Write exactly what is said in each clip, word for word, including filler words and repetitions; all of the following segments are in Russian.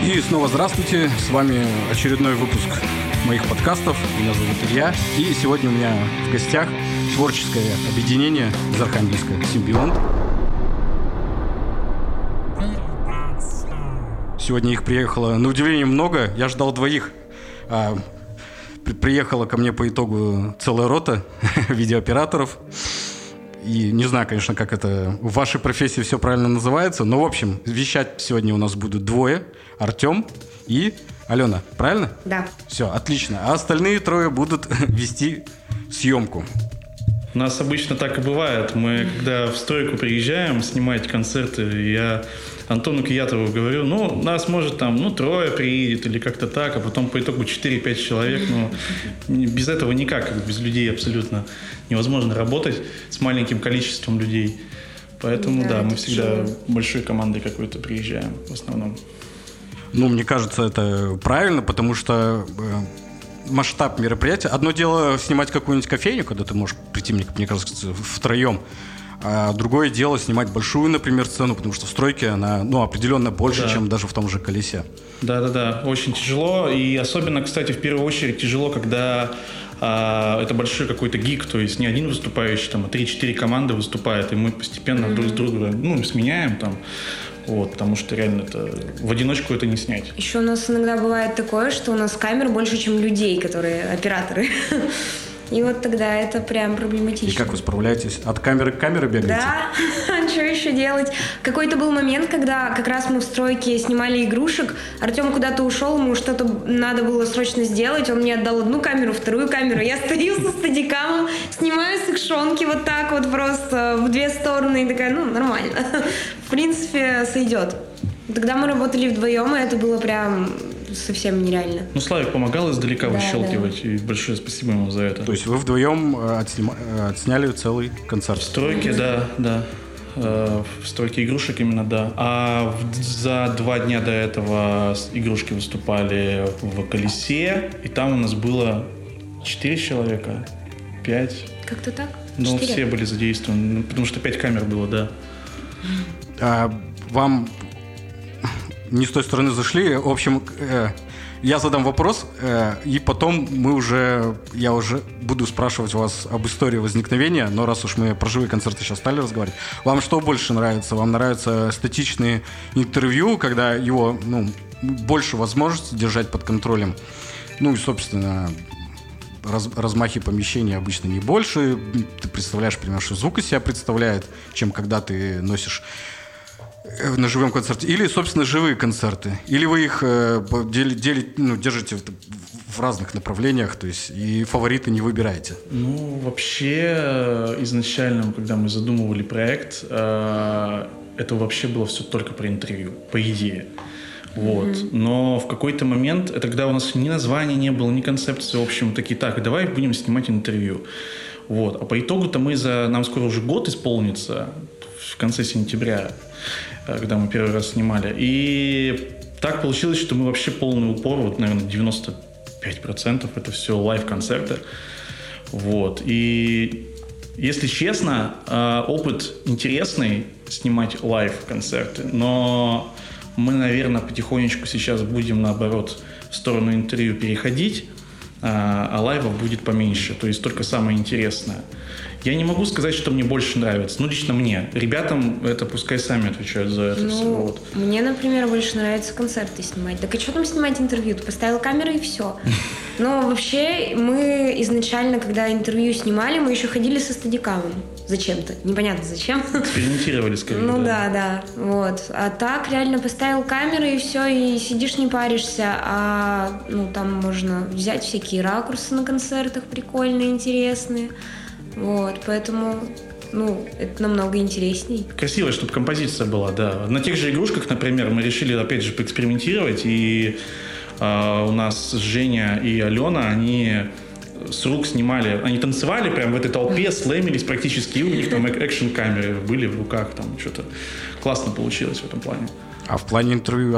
И снова здравствуйте, с вами очередной выпуск моих подкастов. Меня зовут Илья, и сегодня у меня в гостях творческое объединение из Архангельска «Симбионт». Сегодня их приехало, на удивление, много. Я ждал двоих. А, при- приехала ко мне по итогу целая рота видеооператоров. И не знаю, конечно, как это в вашей профессии все правильно называется, но, в общем, вещать сегодня у нас будут двое. Артем и Алена. Правильно? Да. Все, отлично. А остальные трое будут вести съемку. У нас обычно так и бывает. Мы, когда в стройку приезжаем снимать концерты, я Антону Киятову говорю, ну, нас, может, там, ну, трое приедет или как-то так, а потом по итогу четыре-пять человек. Ну, без этого никак, без людей абсолютно невозможно работать с маленьким количеством людей. Поэтому, да, да мы всегда тяжело. Большой командой какой-то приезжаем в основном. Ну, мне кажется, это правильно, потому что э, масштаб мероприятия... Одно дело снимать какую-нибудь кофейню, когда ты можешь прийти, мне, мне кажется, втроем. А другое дело снимать большую, например, сцену, потому что в стройке она, ну, определенно больше, да. чем даже в том же колесе. Да-да-да, очень тяжело. И особенно, кстати, в первую очередь тяжело, когда а, это большой какой-то гиг, то есть не один выступающий, там, а три-четыре команды выступают, и мы постепенно mm-hmm. друг с друга, ну, сменяем там. Вот, потому что реально это в одиночку это не снять. Еще у нас иногда бывает такое, что у нас камер больше, чем людей, которые операторы. И вот тогда это прям проблематично. И как вы справляетесь? От камеры к камере бегаете? Да, что еще делать? Какой-то был момент, когда как раз мы в стройке снимали игрушек, Артем куда-то ушел, ему что-то надо было срочно сделать, он мне отдал одну камеру, вторую камеру, я стою со стадикамом, снимаю с экшонки вот так вот просто в две стороны, и такая, ну, нормально. В принципе, сойдет. Тогда мы работали вдвоем, и это было прям совсем нереально. Ну, Славик помогал издалека да, выщелкивать, да. и большое спасибо ему за это. То есть вы вдвоем отснима... отсняли целый концерт? В стройке, mm-hmm. да, да. В стройке игрушек именно, да. А за два дня до этого игрушки выступали в колесе, и там у нас было четыре человека, пять. Как-то так? Ну, четыре? все были задействованы, потому что пять камер было, да. А, вам не с той стороны зашли. В общем, э, я задам вопрос, э, и потом мы уже, я уже буду спрашивать вас об истории возникновения, но раз уж мы про живые концерты сейчас стали разговаривать, вам что больше нравится? Вам нравятся статичные интервью, когда его, ну, больше возможности держать под контролем? Ну и, собственно, раз, размахи помещения обычно не больше. Ты представляешь, понимаешь, что звук из себя представляет, чем когда ты носишь на живом концерте. Или, собственно, живые концерты. Или вы их э, дели, дели, ну, держите в, в разных направлениях, то есть и фавориты не выбираете? Ну, вообще, изначально, когда мы задумывали проект, э, это вообще было все только про интервью, по идее. Вот. Mm-hmm. Но в какой-то момент, это когда у нас ни названия не было, ни концепции, в общем, такие, так, давай будем снимать интервью. Вот. А по итогу-то мы за... Нам скоро уже год исполнится, в конце сентября, когда мы первый раз снимали. И так получилось, что мы вообще полный упор, вот, наверное, девяносто пять процентов это все лайв-концерты. Вот. И, если честно, опыт интересный снимать лайв-концерты, но мы, наверное, потихонечку сейчас будем, наоборот, в сторону интервью переходить, а лайвов будет поменьше, то есть только самое интересное. Я не могу сказать, что мне больше нравится. Ну, лично мне. Ребятам это пускай сами отвечают за это ну, все. Вот. Мне, например, больше нравится концерты снимать. Так а что там снимать интервью? Ты поставил камеру и все. Но вообще мы изначально, когда интервью снимали, мы еще ходили со стадикамом. Зачем-то. Непонятно зачем. Экспериментировали скорее. Ну да, да, да. Вот. А так реально поставил камеру и все, и сидишь, не паришься. А ну там можно взять всякие ракурсы на концертах прикольные, интересные. Вот, поэтому, ну, это намного интересней. Красиво, чтобы композиция была, да. На тех же игрушках, например, мы решили, опять же, поэкспериментировать, и э, у нас Женя и Алена, они с рук снимали, они танцевали прямо в этой толпе, слэмились практически, и у них там экшн-камеры были в руках, там что-то классно получилось в этом плане. А в плане интервью у вас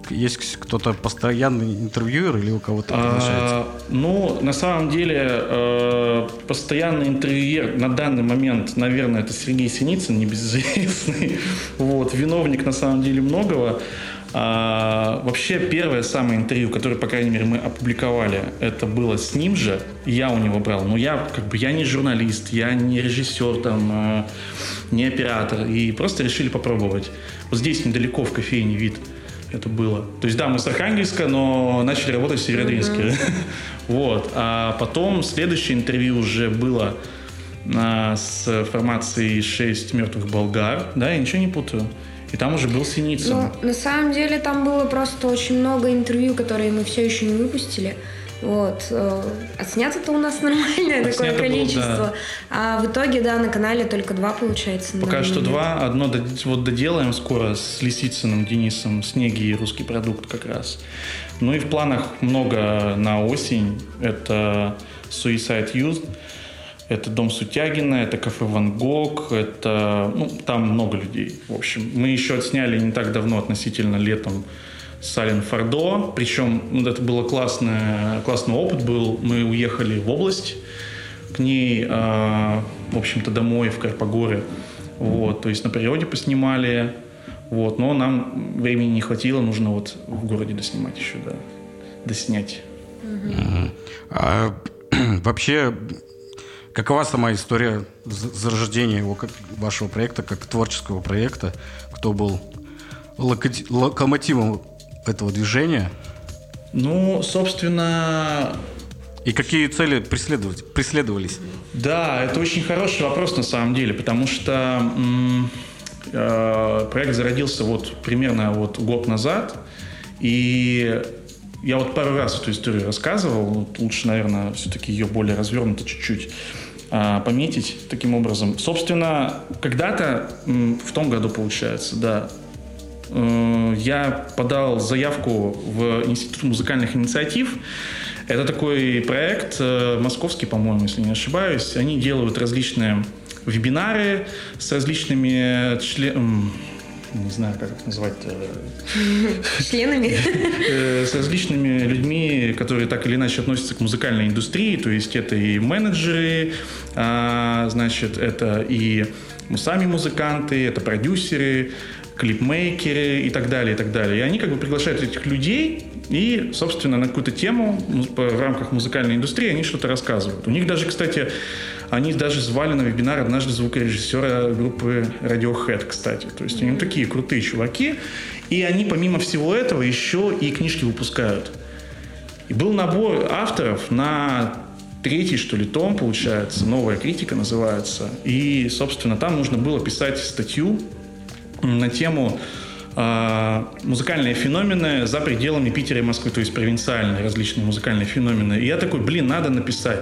есть кто-то постоянный интервьюер или у кого-то приглашается? А, ну, на самом деле, э, постоянный интервьюер на данный момент, наверное, это Сергей Синицын, небезызвестный. Вот, виновник на самом деле многого. А, вообще, первое самое интервью, которое, по крайней мере, мы опубликовали, это было с ним же. Я у него брал. Но я, как бы, я не журналист, я не режиссер, там, не оператор. И просто решили попробовать. Вот здесь недалеко, в кофейне «Вид» это было. То есть, да, мы с Архангельска, но начали работать в Северодвинске. Mm-hmm. Вот. А потом следующее интервью уже было а, с формацией «Шесть мертвых болгар». Да, я ничего не путаю. И там уже был Синицын. Ну, на самом деле там было просто очень много интервью, которые мы все еще не выпустили. Вот. Отсняться-то у нас нормальное Отснято такое количество. Было, да. А в итоге, да, на канале только два получается. Пока что два. Одно вот доделаем скоро с Лисицыным Денисом, «Снеги» и «Русский продукт» как раз. Ну и в планах много на осень. Это «Suicide Youth», это «Дом Сутягина», это «Кафе Ван Гог», это... Ну, там много людей, в общем. Мы еще отсняли не так давно, относительно летом, Сален Фардо. Причем вот это был классный, классный опыт был. Мы уехали в область к ней, э, в общем-то, домой, в Карпогоре. Вот, то есть на природе поснимали. Вот, но нам времени не хватило, нужно вот в городе доснимать еще, да. Доснять. Mm-hmm. А, вообще... Какова сама история зарождения его, как, вашего проекта, как творческого проекта? Кто был локоти- локомотивом этого движения? Ну, собственно... И какие цели преследовались? Да, это очень хороший вопрос на самом деле, потому что м- э- проект зародился вот примерно вот год назад, и... Я вот пару раз эту историю рассказывал. Лучше, наверное, все-таки ее более развернуто чуть-чуть а, пометить таким образом. Собственно, когда-то, м, в том году, получается, да, э, я подал заявку в Институт музыкальных инициатив. Это такой проект, э, московский, по-моему, если не ошибаюсь. Они делают различные вебинары с различными членами... Не знаю, как это назвать. Членами. С различными людьми, которые так или иначе относятся к музыкальной индустрии. То есть это и менеджеры, значит, это и сами музыканты, это продюсеры, клипмейкеры и так далее, и так далее. И они как бы приглашают этих людей и, собственно, на какую-то тему в рамках музыкальной индустрии они что-то рассказывают. У них даже, кстати, они даже звали на вебинар однажды звукорежиссера группы Radiohead, кстати. То есть они такие крутые чуваки. И они, помимо всего этого, еще и книжки выпускают. И был набор авторов на третий, что ли, том, получается. «Новая критика» называется. И, собственно, там нужно было писать статью на тему э, музыкальные феномены за пределами Питера и Москвы, то есть провинциальные различные музыкальные феномены. И я такой, блин, надо написать.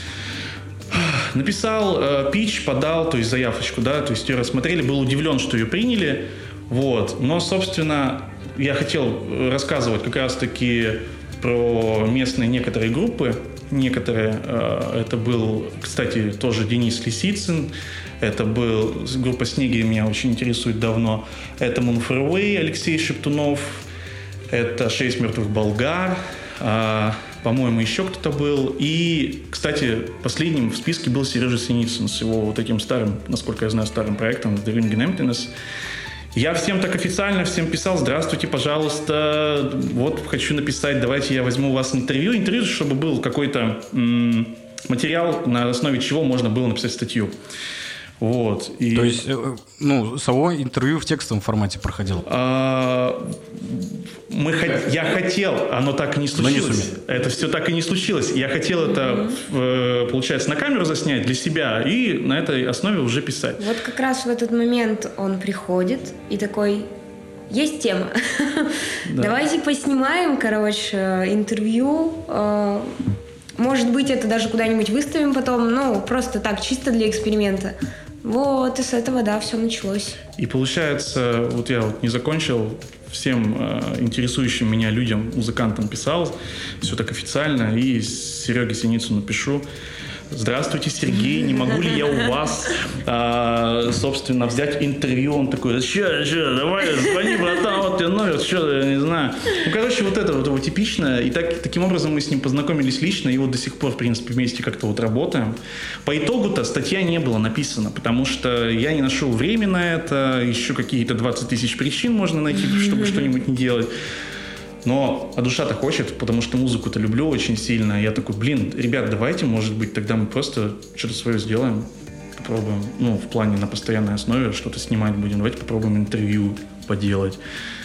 Написал э, пич, подал, то есть заявочку, да, то есть ее рассмотрели, был удивлен, что ее приняли, вот. Но, собственно, я хотел рассказывать как раз-таки про местные некоторые группы, некоторые, э, это был, кстати, тоже Денис Лисицын, это был группа «Снеги», меня очень интересует давно, это Moon Far Away, Алексей Шептунов, это «Шесть мертвых болгар», э, по-моему, еще кто-то был. И, кстати, последним в списке был Сережа Синицын с его вот этим старым, насколько я знаю, старым проектом «The Ring in Emptiness». Я всем так официально всем писал: здравствуйте, пожалуйста, вот хочу написать, давайте я возьму у вас интервью. Интервью, чтобы был какой-то м- материал, на основе чего можно было написать статью. Вот. И... То есть, ну, само интервью в текстовом формате проходило? А, мы, я хотел, оно так и не случилось. Не это все так и не случилось. Я хотел это, получается, на камеру заснять для себя и на этой основе уже писать. Вот как раз в этот момент он приходит и такой: есть тема. Да. Давайте поснимаем, короче, интервью. Может быть, это даже куда-нибудь выставим потом. Ну, просто так, чисто для эксперимента. Вот, и с этого, да, все началось. И получается, вот я вот не закончил, всем э, интересующим меня людям, музыкантам писал, все так официально, и Сереге Синицыну пишу. здравствуйте, Сергей, не могу ли я у вас, а, собственно, взять интервью? Он такой, что, что, давай, звони, братан, вот тебе номер, что, я не знаю. Ну, короче, вот это вот его типичное. И так, таким образом мы с ним познакомились лично, и вот до сих пор, в принципе, вместе как-то вот работаем. По итогу-то статья не была написана, потому что я не нашел времени на это, еще какие-то двадцать тысяч причин можно найти, чтобы что-нибудь не делать. Но а душа-то хочет, потому что музыку-то люблю очень сильно. Я такой, блин, ребят, давайте, может быть, тогда мы просто что-то свое сделаем, попробуем, ну, в плане на постоянной основе что-то снимать будем. Давайте попробуем интервью поделать.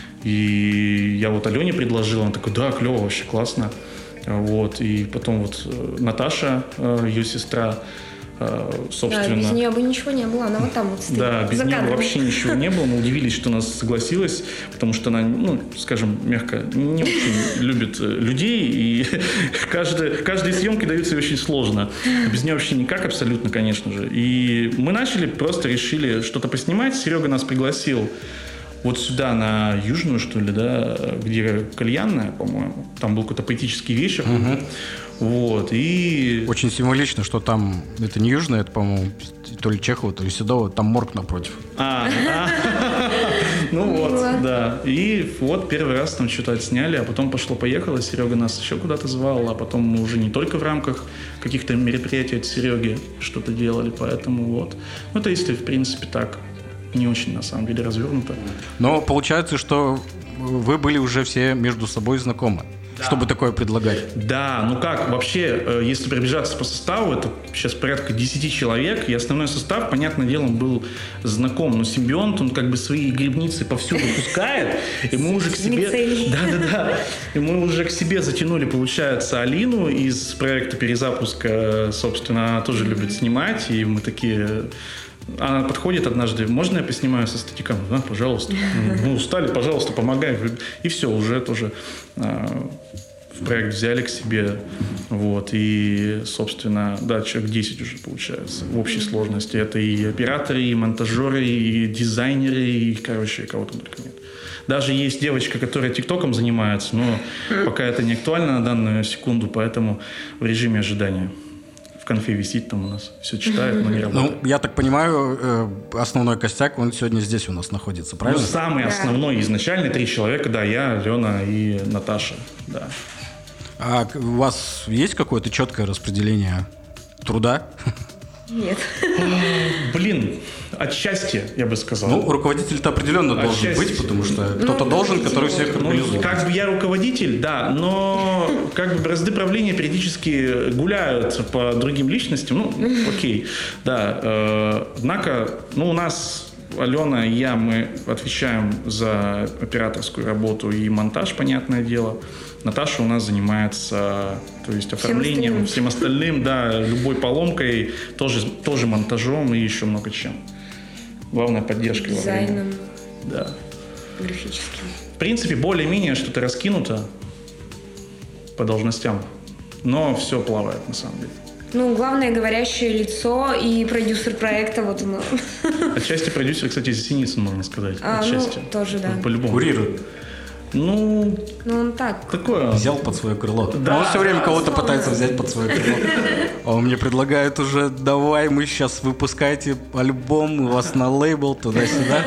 И я вот Алене предложил, она такой, да, клево, вообще классно. Вот, и потом вот Наташа, ее сестра, собственно... Да, без нее бы ничего не было, она вот там вот стоит. Да, без нее вообще ничего не было. Мы удивились, что она согласилась, потому что она, ну, скажем, мягко, не очень любит людей, и каждая, каждые съемки даются ей очень сложно. Без нее вообще никак абсолютно, конечно же. И мы начали, просто решили что-то поснимать. Серега нас пригласил вот сюда, на Южную, что ли, да, где кальянная, по-моему. Там был какой-то поэтический вечер. Угу. Вот, и... Очень символично, что там, это не Южная, это, по-моему, то ли Чехова, то ли Седова, там морг напротив. А, ну вот, да. И вот первый раз там что-то отсняли, а потом пошло-поехало, Серега нас еще куда-то звал, а потом мы уже не только в рамках каких-то мероприятий от Сереги что-то делали, поэтому вот. Ну, это если, в принципе, так, не очень, на самом деле, развернуто. Но получается, что вы были уже все между собой знакомы. Да. Чтобы такое предлагать. Да, ну как, вообще, если пробежаться по составу, это сейчас порядка десять человек, и основной состав, понятное дело, был знаком, но симбионт, он как бы свои грибницы повсюду пускает, и мы уже к себе... Да-да-да, и мы уже к себе затянули, получается, Алину из проекта перезапуска, собственно, она тоже любит снимать, и мы такие... Она подходит однажды, можно я поснимаю со статиком? Да, пожалуйста. Ну, устали, пожалуйста, помогай. И все, уже тоже э, в проект взяли к себе. Вот, и, собственно, да, человек десять уже получается в общей сложности. Это и операторы, и монтажеры, и дизайнеры, и, короче, кого-то только нет. Даже есть девочка, которая тиктоком занимается, но пока это не актуально на данную секунду, поэтому в режиме ожидания. В конфе висит там у нас, все читает, но не работает. Ну, я так понимаю, основной костяк, он сегодня здесь у нас находится, правильно? Ну, самый да. основной, изначальный три человека, да, я, Алена и Наташа, да. А у вас есть какое-то четкое распределение труда? Нет. Блин, отчасти, я бы сказал. Ну, руководитель-то определенно должен Отчасти. быть, потому что кто-то Ну, должен, который всех Ну, организует. как бы я руководитель, да, но как бы бразды правления периодически гуляют по другим личностям. Ну, окей, да. Э, однако, ну, у нас Алена и я, мы отвечаем за операторскую работу и монтаж, понятное дело. Наташа у нас занимается, то есть оформлением, всем остальным, всем остальным, да, любой поломкой, тоже, тоже монтажом и еще много чем. Главное поддержка. Дизайном. Да. Графическим. В принципе, более-менее что-то раскинуто по должностям, но все плавает на самом деле. Ну, главное говорящее лицо и продюсер проекта, вот оно. Отчасти продюсер, кстати, Синицын, можно сказать. А, Отчасти. ну, тоже, да. По-любому. Курирует. Ну, Ну, он так. такое. Взял под свое крыло. Да. Он все время кого-то Условно. пытается взять под свое крыло. А он мне предлагает уже, давай, мы сейчас выпускаете альбом, у вас на лейбл, туда-сюда.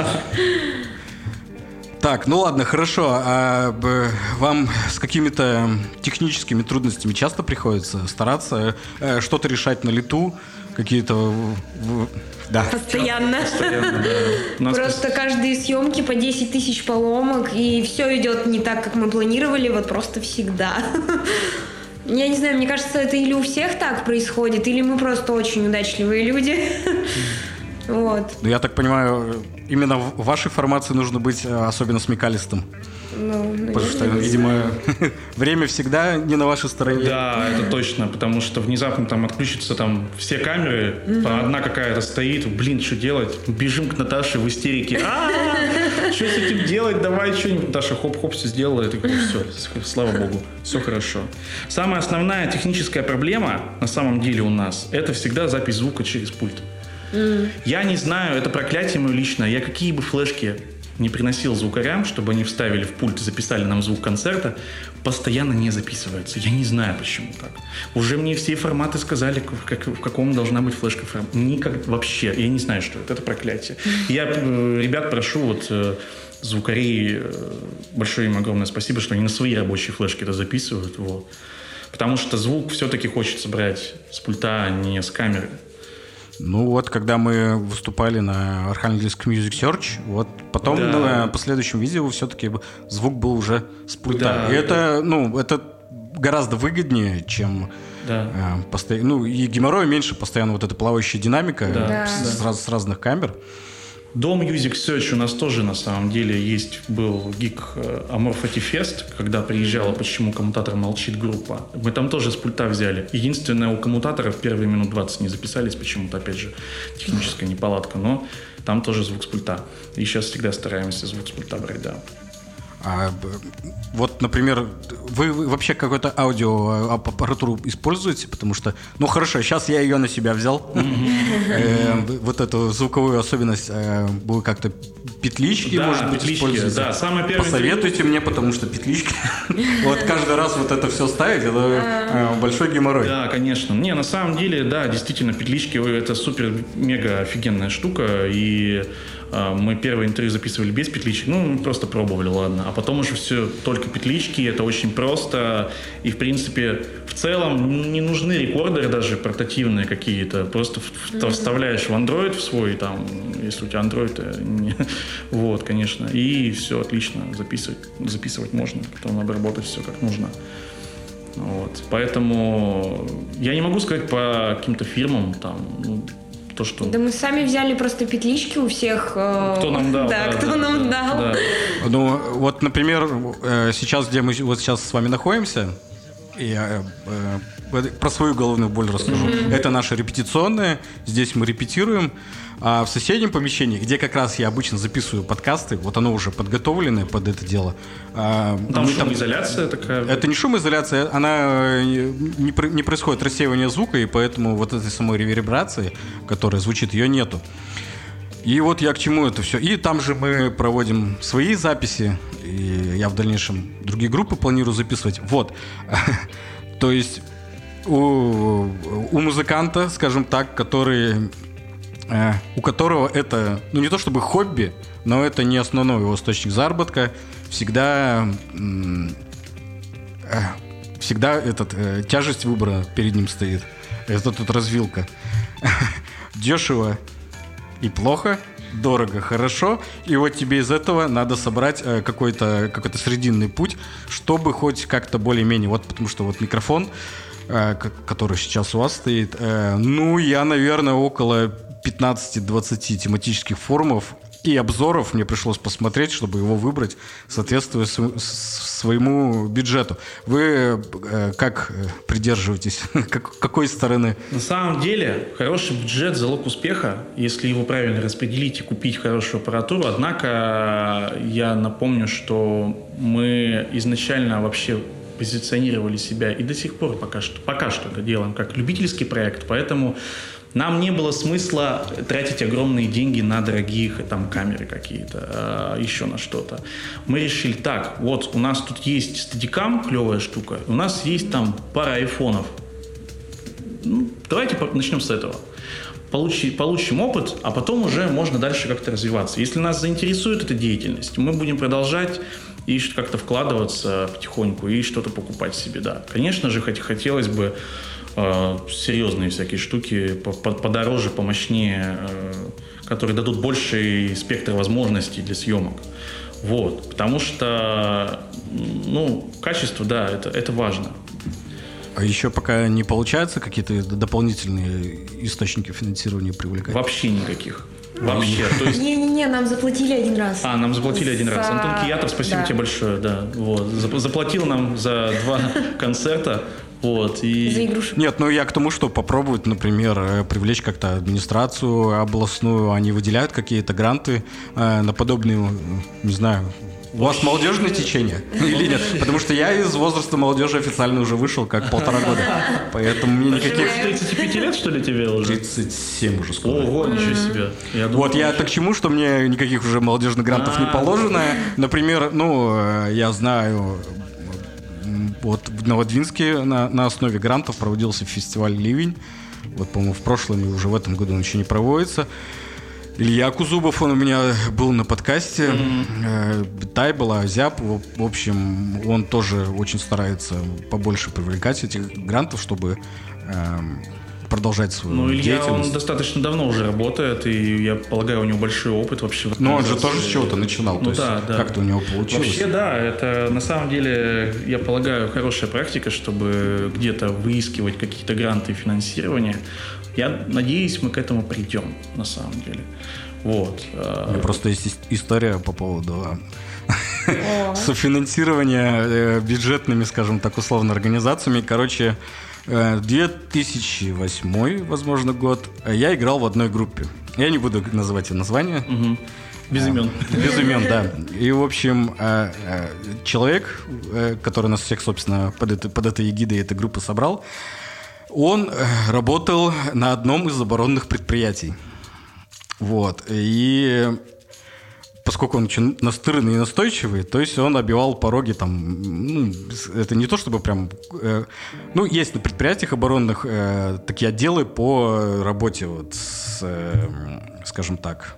Так, ну ладно, хорошо. А б, вам с какими-то техническими трудностями часто приходится стараться э, что-то решать на лету? Какие-то... в- в- Да. Постоянно. Постоянно, да. У нас Просто каждые съемки по десять тысяч поломок, и все идет не так, как мы планировали, вот просто всегда. Я не знаю, мне кажется, это или у всех так происходит, или мы просто очень удачливые люди. Вот. Ну, я так понимаю, именно в вашей формации нужно быть э, особенно смекалистым. Ну, Потому что, наверное, видимо, время всегда не на вашей стороне. Да, это точно, потому что внезапно там отключатся там все камеры, mm-hmm. одна какая-то стоит, блин, что делать? Бежим к Наташе в истерике. А-а-а! Что с этим делать? Давай что-нибудь. Наташа хоп-хоп все сделала, и такой, все, слава богу, все хорошо. Самая основная техническая проблема на самом деле у нас, это всегда запись звука через пульт. Mm. Я не знаю, это проклятие мое личное, я какие бы флешки не приносил звукарям, чтобы они вставили в пульт и записали нам звук концерта, постоянно не записывается. Я не знаю, почему так. Уже мне все форматы сказали, в, как, в каком должна быть флешка формат. Никак вообще. Я не знаю, что это. Это проклятие. Я э, ребят прошу, вот э, звукарей, э, большое им огромное спасибо, что они на свои рабочие флешки это записывают. Вот. Потому что звук все-таки хочется брать с пульта, а не с камеры. Ну вот, когда мы выступали на Архангельск Music Search, вот потом да. на последующем видео все-таки звук был уже с пульта. Да, и это, ну, это гораздо выгоднее, чем да. э, постоянно. Ну, и геморроя меньше постоянно вот эта плавающая динамика да. с, да. с, с разных камер. До Music Search у нас тоже, на самом деле, есть был гиг Amorphity Fest, когда приезжала «Почему коммутатор молчит» группа. Мы там тоже с пульта взяли. Единственное, у коммутаторов первые минут двадцать не записались, почему-то, опять же, техническая неполадка, но там тоже звук с пульта. И сейчас всегда стараемся звук с пульта брать, да. А, вот, например, вы, вы вообще какую-то аудиоаппаратуру используете? Потому что, ну хорошо, сейчас я ее на себя взял. Вот эту звуковую особенность вы как-то петлички, может быть, используете? Посоветуйте мне, потому что петлички. Вот каждый раз вот это все ставить, это большой геморрой. Да, конечно. Не, на самом деле, да, действительно, петлички — это супер-мега офигенная штука. И мы первое интервью записывали без петличек, ну, мы просто пробовали, ладно. А потом уже все только петлички, это очень просто. И, в принципе, в целом не нужны рекордеры даже портативные какие-то. Просто mm-hmm. вставляешь в Android в свой, там, если у тебя Android, не... вот, конечно. И все отлично, записывать, записывать можно, потом обработать все как нужно. Вот. Поэтому я не могу сказать по каким-то фирмам, там, ну, то, что... Да мы сами взяли просто петлички у всех. Кто нам дал. Да, да кто да, нам да, дал. Да. Ну, вот, например, сейчас, где мы вот сейчас с вами находимся, я э, про свою головную боль расскажу. Mm-hmm. Это наша репетиционная, здесь мы репетируем. А в соседнем помещении, где как раз я обычно записываю подкасты, вот оно уже подготовленное под это дело. А, там шумоизоляция такая? Это не шумоизоляция, она не, не происходит рассеивание звука, и поэтому вот этой самой реверберации, которая звучит, ее нету. И вот я к чему это все. И там же мы проводим свои записи, и я в дальнейшем другие группы планирую записывать. Вот. То есть у, у музыканта, скажем так, который... у которого это, ну не то чтобы хобби, но это не основной его источник заработка, всегда всегда этот, тяжесть выбора перед ним стоит. Это тут развилка. Дешево и плохо, дорого, хорошо, и вот тебе из этого надо собрать какой-то, какой-то срединный путь, чтобы хоть как-то более-менее, вот потому что вот микрофон, который сейчас у вас стоит, ну я, наверное, около пятнадцать-двадцать тематических форумов и обзоров мне пришлось посмотреть, чтобы его выбрать, соответствуя своему бюджету. Вы э, как придерживаетесь? как, какой стороны? На самом деле, хороший бюджет – залог успеха, если его правильно распределить и купить хорошую аппаратуру. Однако я напомню, что мы изначально вообще позиционировали себя и до сих пор пока что, пока что это делаем как любительский проект, поэтому нам не было смысла тратить огромные деньги на дорогие там, камеры какие-то, еще на что-то. Мы решили, так, вот у нас тут есть стадикам, клевая штука, у нас есть там пара айфонов. Ну, давайте начнем с этого. Получи, получим опыт, а потом уже можно дальше как-то развиваться. Если нас заинтересует эта деятельность, мы будем продолжать и как-то вкладываться потихоньку и что-то покупать себе, да. Конечно же, хоть, хотелось бы э, серьезные всякие штуки, подороже, помощнее, э, которые дадут больший спектр возможностей для съемок. Вот. Потому что, ну, качество, да, это, это важно. А еще пока не получается какие-то дополнительные источники финансирования привлекать? Вообще никаких. Вообще. То есть... Не-не-не, нам заплатили один раз. А, нам заплатили один за... раз. Антон Киятов, спасибо да. тебе большое. Да. Вот. Заплатил нам за два концерта Вот, и... За игрушек. Нет, ну я к тому, что попробовать, например, привлечь как-то администрацию областную, они выделяют какие-то гранты э, на подобные, не знаю... У вас молодежное течение или нет? Потому что я из возраста молодежи официально уже вышел как полтора года. Поэтому мне никаких... тридцать пять лет, что ли, тебе уже? тридцать семь уже скоро. Ого, ничего себе. Я думал, Вот я так к чему, что мне никаких уже молодежных грантов не положено. Например, ну, я знаю, вот в Новодвинске на, на основе грантов проводился фестиваль «Ливень». Вот, по-моему, в прошлом и уже в этом году он еще не проводится. Илья Кузубов, он у меня был на подкасте. Mm-hmm. Тай была, Зяб. В общем, он тоже очень старается побольше привлекать этих грантов, чтобы э, продолжать свою ну, Илья, деятельность. Он достаточно давно уже работает, и я полагаю, у него большой опыт вообще. Но он же тоже с чего-то начинал. Ну, то есть да, да. Как-то у него получилось. Вообще, да, это на самом деле, я полагаю, хорошая практика, чтобы где-то выискивать какие-то гранты и финансирование. Я надеюсь, мы к этому придем, на самом деле. Вот. У меня просто есть история по поводу софинансирования бюджетными, скажем так, условно, организациями. Короче, две тысячи восьмой, возможно, год, я играл в одной группе. Я не буду называть ее название. Угу. Без имен. Без имен, да. И, в общем, человек, который нас всех, собственно, под, это, под этой эгидой этой группы собрал, он работал на одном из оборонных предприятий. Вот. И поскольку он очень настырный и настойчивый, то есть он обивал пороги там... Ну, это не то, чтобы прям... Э, ну, есть на предприятиях оборонных э, такие отделы по работе вот с, э, скажем так...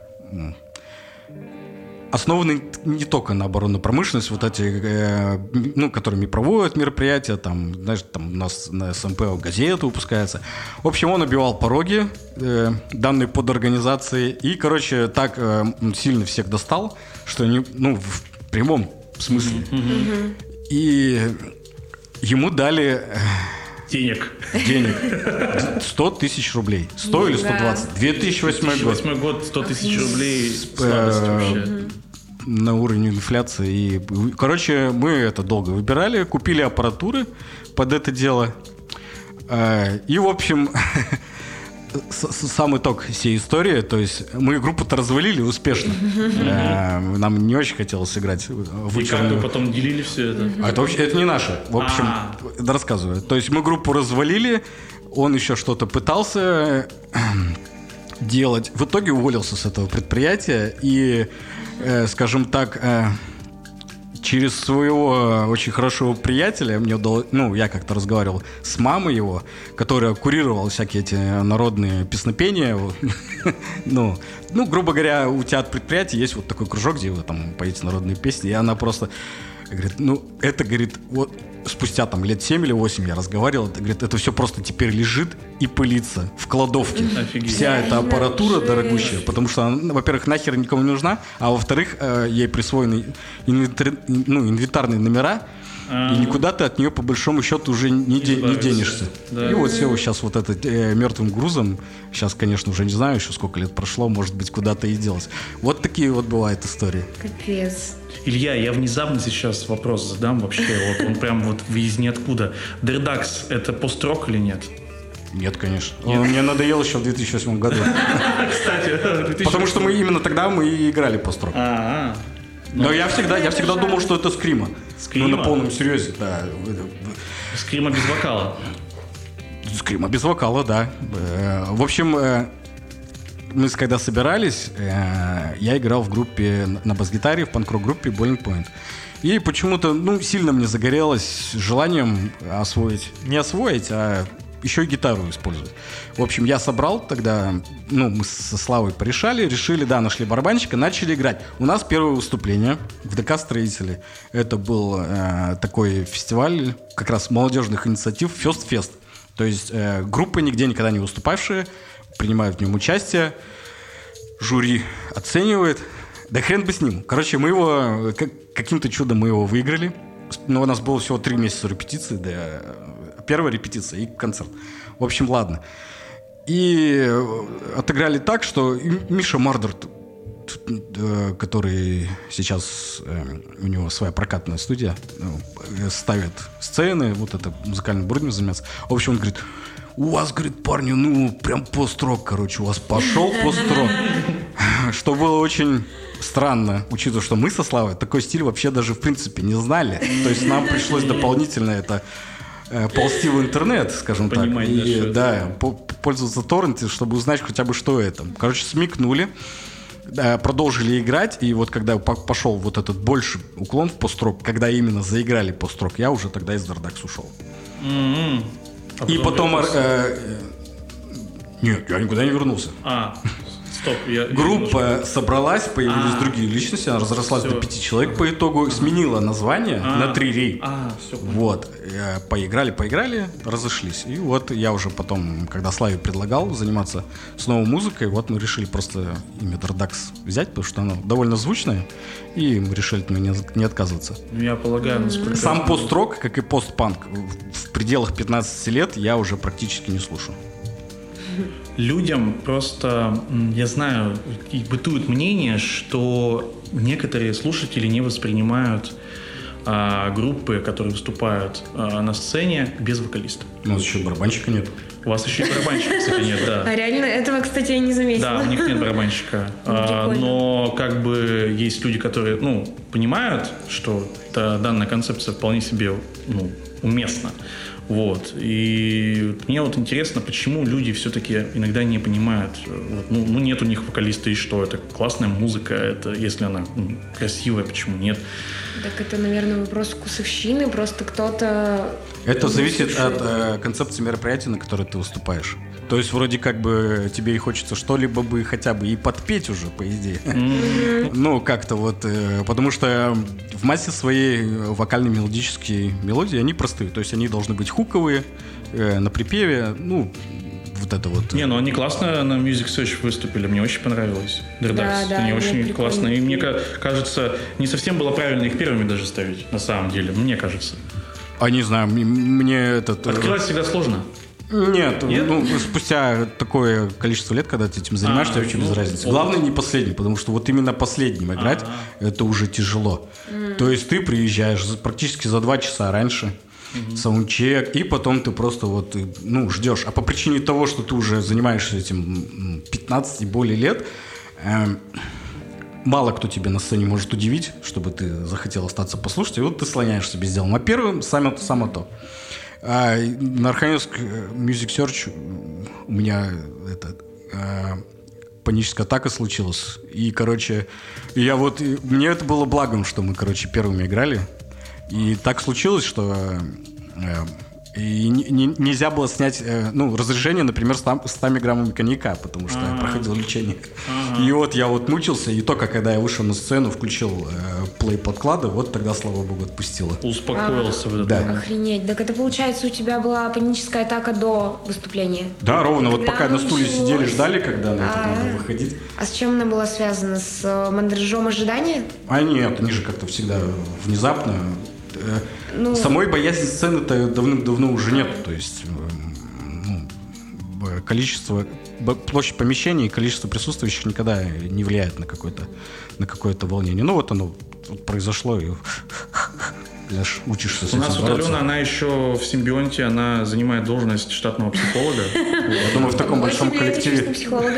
основаны не только на оборонную промышленность, вот эти, э, ну, которыми проводят мероприятия, там, знаешь, там у нас на СМП газеты выпускаются. В общем, он обивал пороги э, данной подорганизации и, короче, так э, сильно всех достал, что они, ну, в прямом смысле. Mm-hmm. И ему дали... Денег. Денег. сто тысяч рублей. сто или сто двадцать? две тысячи восьмой год. две тысячи восьмой год, сто тысяч рублей. Сладость вообще. На уровне инфляции. И, короче, мы это долго выбирали, купили аппаратуры под это дело. И, в общем, сам итог всей истории, то есть мы группу-то развалили успешно. Нам не очень хотелось играть в И как вы потом делили все это? А это вообще это не наше. В общем, да, рассказываю. То есть мы группу развалили, он еще что-то пытался делать. В итоге уволился с этого предприятия и, э, скажем так, э, через своего очень хорошего приятеля мне удалось, ну, я как-то разговаривал с мамой его, которая курировала всякие эти народные песнопения. Ну, ну, грубо говоря, у тебя от предприятия есть вот такой кружок, где вы там поете народные песни, и она просто говорит, ну, это, говорит, вот спустя там лет семь или восемь я разговаривал, это, говорит, это все просто теперь лежит и пылится в кладовке. Офигеть. Вся эта аппаратура дорогущая, потому что она, во-первых, нахер никому не нужна, а во-вторых, э, ей присвоены инвентарь, ну, инвентарные номера, А-а-а. и никуда ты от нее по большому счету уже не, де- не денешься. Да. И вот все сейчас вот это э, мертвым грузом, сейчас, конечно, уже не знаю, еще сколько лет прошло, может быть, куда-то и делось. Вот такие вот бывают истории. Капец. Илья, я внезапно сейчас вопрос задам вообще, вот он прям вот из ниоткуда. Дердакс — это пост-рок или нет? Нет, конечно. Нет. Он мне надоел еще в две тысячи восьмом году. Кстати, потому что мы именно тогда мы и играли пост-рок. А-а. Но я всегда, я всегда думал, что это скрима. Скрима? Ну, на полном серьезе, да. Скрима без вокала? Скрима без вокала, да. В общем, мы когда собирались, я играл в группе на бас-гитаре, в панк-рок группе Boiling Point. И почему-то, ну, сильно мне загорелось желанием освоить, не освоить, а еще и гитару использовать. В общем, я собрал тогда, ну, мы со Славой порешали, решили, да, нашли барабанщика, начали играть. У нас первое выступление в ДК «Строители». Это был э, такой фестиваль как раз молодежных инициатив First Fest. То есть э, группы, нигде никогда не выступавшие, принимают в нем участие, жюри оценивает. Да хрен бы с ним. Короче, мы его, как, каким-то чудом мы его выиграли. Но у нас было всего три месяца репетиции, да, первая репетиция и концерт. В общем, ладно. И отыграли так, что Миша Мардер который сейчас, у него своя прокатная студия, ставит сцены, вот это музыкальным брудом занимается. В общем, он говорит, у вас, говорит, парни, ну, прям пост-рок, короче, у вас пошел пост-рок. Что было очень странно, учитывая, что мы со Славой такой стиль вообще даже, в принципе, не знали. То есть нам пришлось дополнительно это ползти в интернет, скажем Понимать, так, и да, да, по- пользоваться торрентом, чтобы узнать хотя бы, что это. Короче, смекнули, да, продолжили играть, и вот когда по- пошел вот этот больше уклон в пост-рок, когда именно заиграли пост-рок, я уже тогда из Dardax ушел. Mm-hmm. А И потом... вернулся? Э, э, нет, я никуда не вернулся. А, стоп. Я, Группа я немножко... собралась, появились А. другие личности, она разрослась Всё. до пяти человек по итогу, сменила название А. на три рей. А, все, понял. Вот, э, поиграли, поиграли, разошлись. И вот я уже потом, когда Славе предлагал заниматься снова музыкой, вот мы решили просто имя Dardax взять, потому что оно довольно звучное, и мы решили от него не, не отказываться. Ну, я полагаю, насколько... Сам пост-рок, как и пост-панк, в пределах пятнадцати лет я уже практически не слушаю. Людям просто, м, я знаю, и бытует мнение, что некоторые слушатели не воспринимают а, группы, которые выступают а, на сцене без вокалиста. У нас еще барабанщика нет. У вас еще и барабанщика, кстати, нет, да. А реально, этого, кстати, я не заметила. Да, у них нет барабанщика. А, Прикольно. но как бы есть люди, которые, ну, понимают, что та данная концепция вполне себе, ну, уместна. Вот. И мне вот интересно, почему люди все-таки иногда не понимают, вот, ну, ну, нет у них вокалиста, и что? Это классная музыка, это если она ну, красивая, почему нет? Так это, наверное, вопрос вкусовщины, просто кто-то... Это не зависит слушает. от э, концепции мероприятия, на которое ты выступаешь. То есть вроде как бы тебе и хочется что-либо бы хотя бы и подпеть уже, по идее. Ну, как-то вот, э, потому что в массе своей вокально-мелодические мелодии, они простые. То есть они должны быть хуковые, э, на припеве, ну, вот это вот. Не, ну они классно на Music Search выступили, мне очень понравилось. Dardax, Да, да, они мне очень прикольно. классно. И мне ка- кажется, не совсем было правильно их первыми даже ставить, на самом деле, мне кажется. А не знаю, м- мне этот... э, Открывать всегда сложно. Нет, Нет? ну, спустя такое количество лет, когда ты этим занимаешься, А, тебе вообще ну, без разницы. опыт. Главное не последний, потому что вот именно последним играть, Ага. это уже тяжело. То есть ты приезжаешь за- практически за два часа раньше, саундчек, и потом ты просто вот, э, ну, ждешь. А по причине того, что ты уже занимаешься этим м, пятнадцать и более лет, эм, мало кто тебе на сцене может удивить, чтобы ты захотел остаться послушать, и вот ты слоняешься без дела. А первым само, само то. А, и на Архангельск э, Music Search у меня это, а, паническая атака случилась. И, короче, я вот... и мне это было благом, что мы, короче, первыми играли. И так случилось, что... э, и не- не- нельзя было снять, э, ну, разрешение, например, с там- с ста граммами коньяка, потому что я А. проходил лечение. И вот я вот мучился, и только когда я вышел на сцену, включил э, плей подклада, вот тогда, слава богу, отпустило. Успокоился в этот Да. момент. Охренеть. Так это, получается, у тебя была паническая атака до выступления? Да, ровно, вот Когда пока на стуле началось? сидели, ждали, когда на это А. надо выходить. А с чем она была связана? С э, мандражом ожидания? А нет, они же как-то всегда внезапно. Э, Ну. Самой боязни сцены-то давным-давно уже нет. То есть э, ну, б- количество, б- площадь помещений и количество присутствующих никогда не влияет на какое-то, на какое-то волнение. Ну вот оно вот произошло, и знаешь, учишься с У этим нас вот бороться. Алена, она еще в симбионте, она занимает должность штатного психолога. Я думаю, в таком большом Ой, тебе коллективе. отлично, психолога.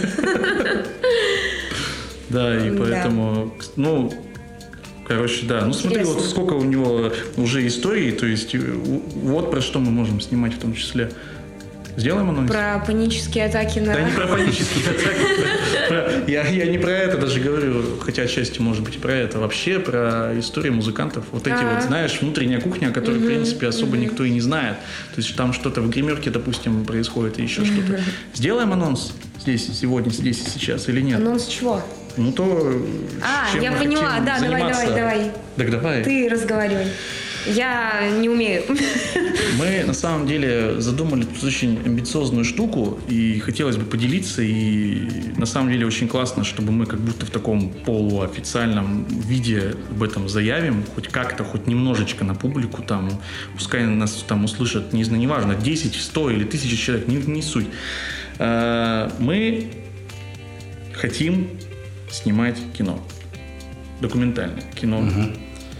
Да, и Да. поэтому, ну, короче, да. Ну, смотри, вот Интересно. сколько у него уже историй, то есть э, вот про что мы можем снимать в том числе. Сделаем анонс? Про панические атаки на... Да не про панические атаки. Про- Я, я не про это даже говорю, хотя отчасти может быть и про это. Вообще про истории музыкантов. Вот эти А. вот, знаешь, внутренняя кухня, о которой, в принципе, особо никто и не знает. То есть там что-то в гримерке, допустим, происходит и еще что-то. Сделаем анонс здесь, сегодня, здесь и сейчас или нет? Анонс чего? Ну то... А, чем я мы поняла. хотим Да, давай, заниматься. давай, давай. Так давай. Ты разговаривай. Я не умею. Мы на самом деле задумали тут очень амбициозную штуку, и хотелось бы поделиться, и на самом деле очень классно, чтобы мы как будто в таком полуофициальном виде об этом заявим, хоть как-то, хоть немножечко на публику, там, пускай нас там услышат, не знаю, неважно, десять, сто или тысяча человек, не, не суть. А, Мы хотим снимать кино. Документальное кино. Угу.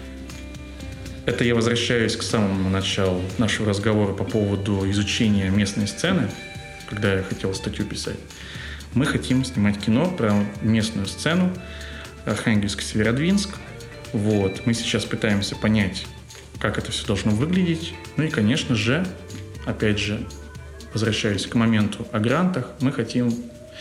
Это я возвращаюсь к самому началу нашего разговора по поводу изучения местной сцены, когда я хотел статью писать. Мы хотим снимать кино про местную сцену, Архангельск, Северодвинск. Вот. Мы сейчас пытаемся понять, как это все должно выглядеть. Ну и, конечно же, опять же, возвращаясь к моменту о грантах, мы хотим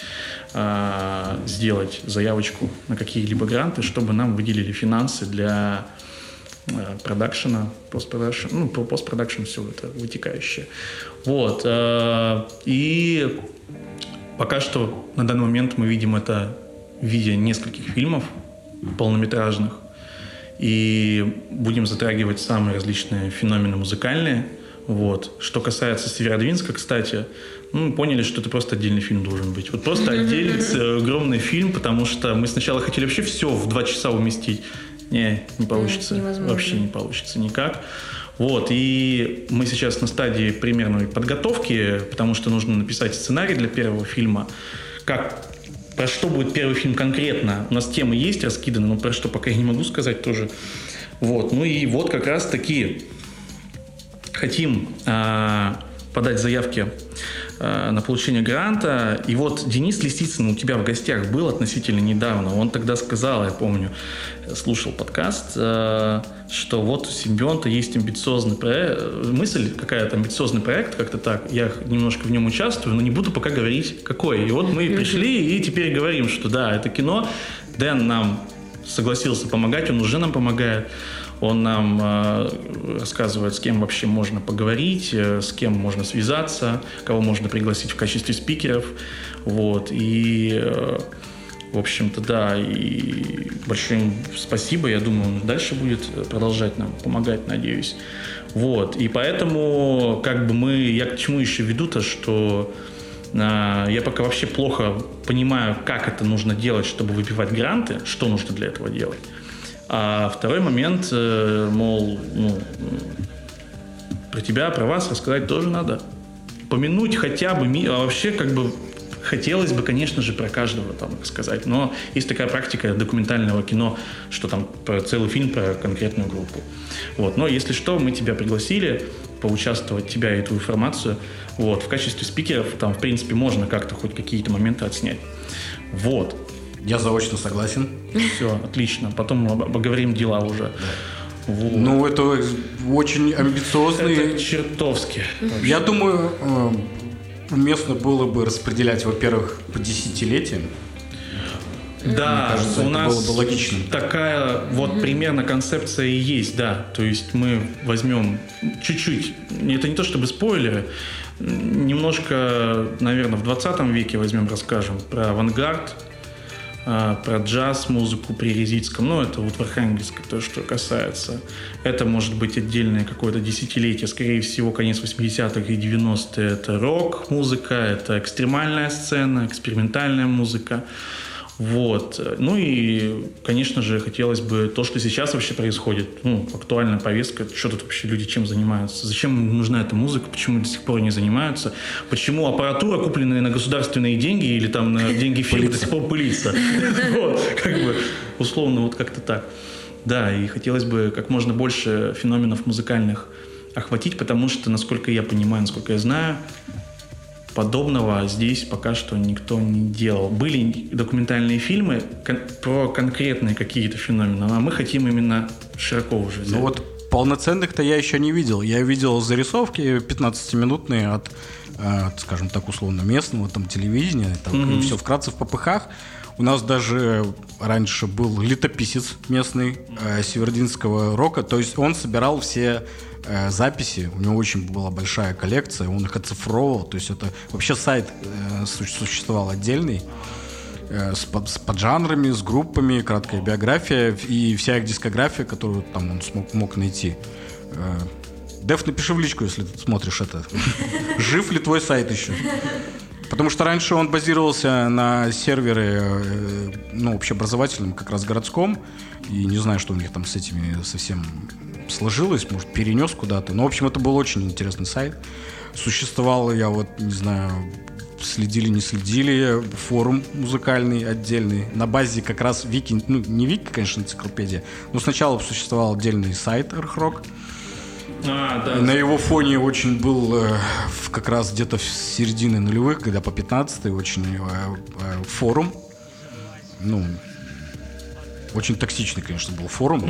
а, сделать заявочку на какие-либо гранты, чтобы нам выделили финансы для а, продакшена, постпродакшн, ну, постпродакшн, все это вытекающее. Вот. А, и пока что на данный момент мы видим это в виде нескольких фильмов полнометражных. И будем затрагивать самые различные феномены музыкальные. Вот. Что касается Северодвинска, кстати, ну, мы поняли, что это просто отдельный фильм должен быть. Вот просто отделить огромный фильм, потому что мы сначала хотели вообще все в два часа уместить. Не, не получится. Невозможно. Вообще не получится никак. Вот. И мы сейчас на стадии примерной подготовки, потому что нужно написать сценарий для первого фильма. Как... Про что будет первый фильм конкретно? У нас темы есть раскиданы, но про что пока я не могу сказать тоже. Вот. Ну и вот как раз таки хотим а, подать заявки а, на получение гранта. И вот Денис Лисицын у тебя в гостях был относительно недавно. Он тогда сказал, я помню, слушал подкаст, а, что вот у Симбионта есть амбициозный проект, мысль какая-то, амбициозный проект, как-то так. Я немножко в нем участвую, но не буду пока говорить, какой. И вот мы пришли и теперь говорим, что да, это кино. Дэн нам согласился помогать, он уже нам помогает. Он нам э, рассказывает, с кем вообще можно поговорить, э, с кем можно связаться, кого можно пригласить в качестве спикеров. Вот. И, э, в общем-то, да, и большое им спасибо. Я думаю, он дальше будет продолжать нам помогать, надеюсь. Вот. И поэтому, как бы мы, я к чему еще веду-то, что э, я пока вообще плохо понимаю, как это нужно делать, чтобы выбивать гранты, что нужно для этого делать. А второй момент, мол, ну, про тебя, про вас рассказать тоже надо. Помянуть хотя бы, а вообще как бы хотелось бы, конечно же, про каждого там сказать. Но есть такая практика документального кино, что там про целый фильм про конкретную группу. Вот. Но если что, мы тебя пригласили поучаствовать, тебя и твою информацию. Вот. В качестве спикеров там, в принципе, можно как-то хоть какие-то моменты отснять. Вот. Я заочно согласен. Все, отлично. Потом мы обговорим дела уже. Да. Вот. Ну, это очень амбициозный... Это чертовски. Я думаю, уместно было бы распределять, во-первых, по десятилетиям. Да, мне кажется, у это нас было бы логично. Такая вот mm-hmm. примерно концепция и есть, да. То есть мы возьмем чуть-чуть, это не то чтобы спойлеры, немножко, наверное, в двадцатом веке возьмем, расскажем про авангард, про джаз-музыку при Резицком. Ну, это вот в Архангельске то, что касается. Это может быть отдельное какое-то десятилетие. Скорее всего, конец восьмидесятых и девяностые. Это рок-музыка, это экстремальная сцена, экспериментальная музыка. Вот. Ну и, конечно же, хотелось бы то, что сейчас вообще происходит. Ну, актуальная повестка. Что тут вообще люди чем занимаются? Зачем им нужна эта музыка? Почему до сих пор не занимаются? Почему аппаратура, купленная на государственные деньги или там на деньги фирмы, до сих пор пылится? Вот, как бы, условно, вот как-то так. Да, и хотелось бы как можно больше феноменов музыкальных охватить, потому что, насколько я понимаю, насколько я знаю, подобного здесь пока что никто не делал. Были документальные фильмы кон- про конкретные какие-то феномены, а мы хотим именно широко уже взять. Ну вот полноценных-то я еще не видел. Я видел зарисовки пятнадцатиминутные от, от скажем так, условно местного там телевидения, там mm-hmm. все вкратце в попыхах. У нас даже раньше был летописец местный э, северодвинского рока, то есть он собирал все э, записи, у него очень была большая коллекция, он их оцифровывал, то есть это вообще сайт э, существовал отдельный, э, с, под, с поджанрами, с группами, краткая биография и вся их дискография, которую там он смог, мог найти. Э, Дэв, напиши в личку, если ты смотришь это. Жив ли твой сайт еще? Потому что раньше он базировался на сервере, ну, общеобразовательном, как раз городском. И не знаю, что у них там с этими совсем сложилось. Может, перенес куда-то. Но, в общем, это был очень интересный сайт. Существовал, я вот, не знаю, следили, не следили, форум музыкальный отдельный, на базе как раз Вики, ну не Вики, конечно, энциклопедия, но сначала существовал отдельный сайт Архрок. А, да. На его фоне очень был э, как раз где-то в середине нулевых, когда по пятнадцатой очень э, э, форум, ну, очень токсичный, конечно, был форум.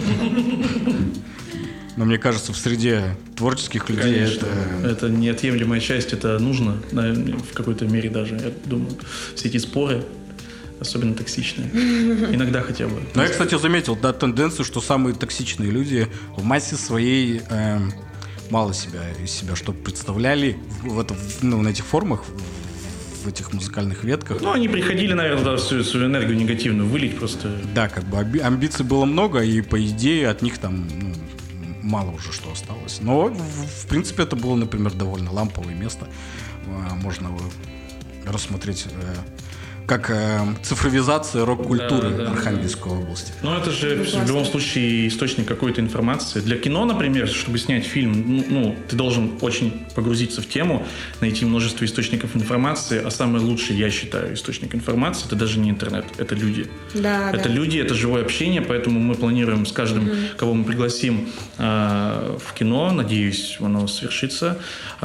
Но мне кажется, в среде творческих людей Конечно, это... это неотъемлемая часть, это нужно, наверное, в какой-то мере даже, я думаю. Все эти споры особенно токсичные. Иногда хотя бы. Но я, кстати, заметил, да, тенденцию, что самые токсичные люди в массе своей э, мало себя из себя что представляли в, в, это, в, ну, на этих форумах, в, в этих музыкальных ветках. Ну, они приходили, наверное, туда всю свою энергию негативную вылить просто. Да, как бы амби- амбиций было много, и по идее от них там... Ну, мало уже что осталось. Но, в, в принципе, это было, например, довольно ламповое место. Можно рассмотреть как цифровизация рок-культуры, да, да, Архангельской, да, области. Ну, это же в любом случае источник какой-то информации. Для кино, например, чтобы снять фильм, ну, ты должен очень погрузиться в тему, найти множество источников информации, а самый лучший, я считаю, источник информации — это даже не интернет, это люди. Да, это да. люди, это живое общение, поэтому мы планируем с каждым, mm-hmm. кого мы пригласим э, в кино, надеюсь, оно свершится,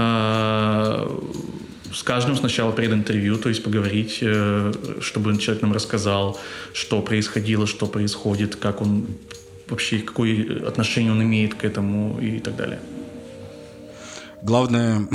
э, с каждым сначала перед интервью, то есть поговорить, чтобы человек нам рассказал, что происходило, что происходит, как он вообще, какое отношение он имеет к этому и так далее. Главное,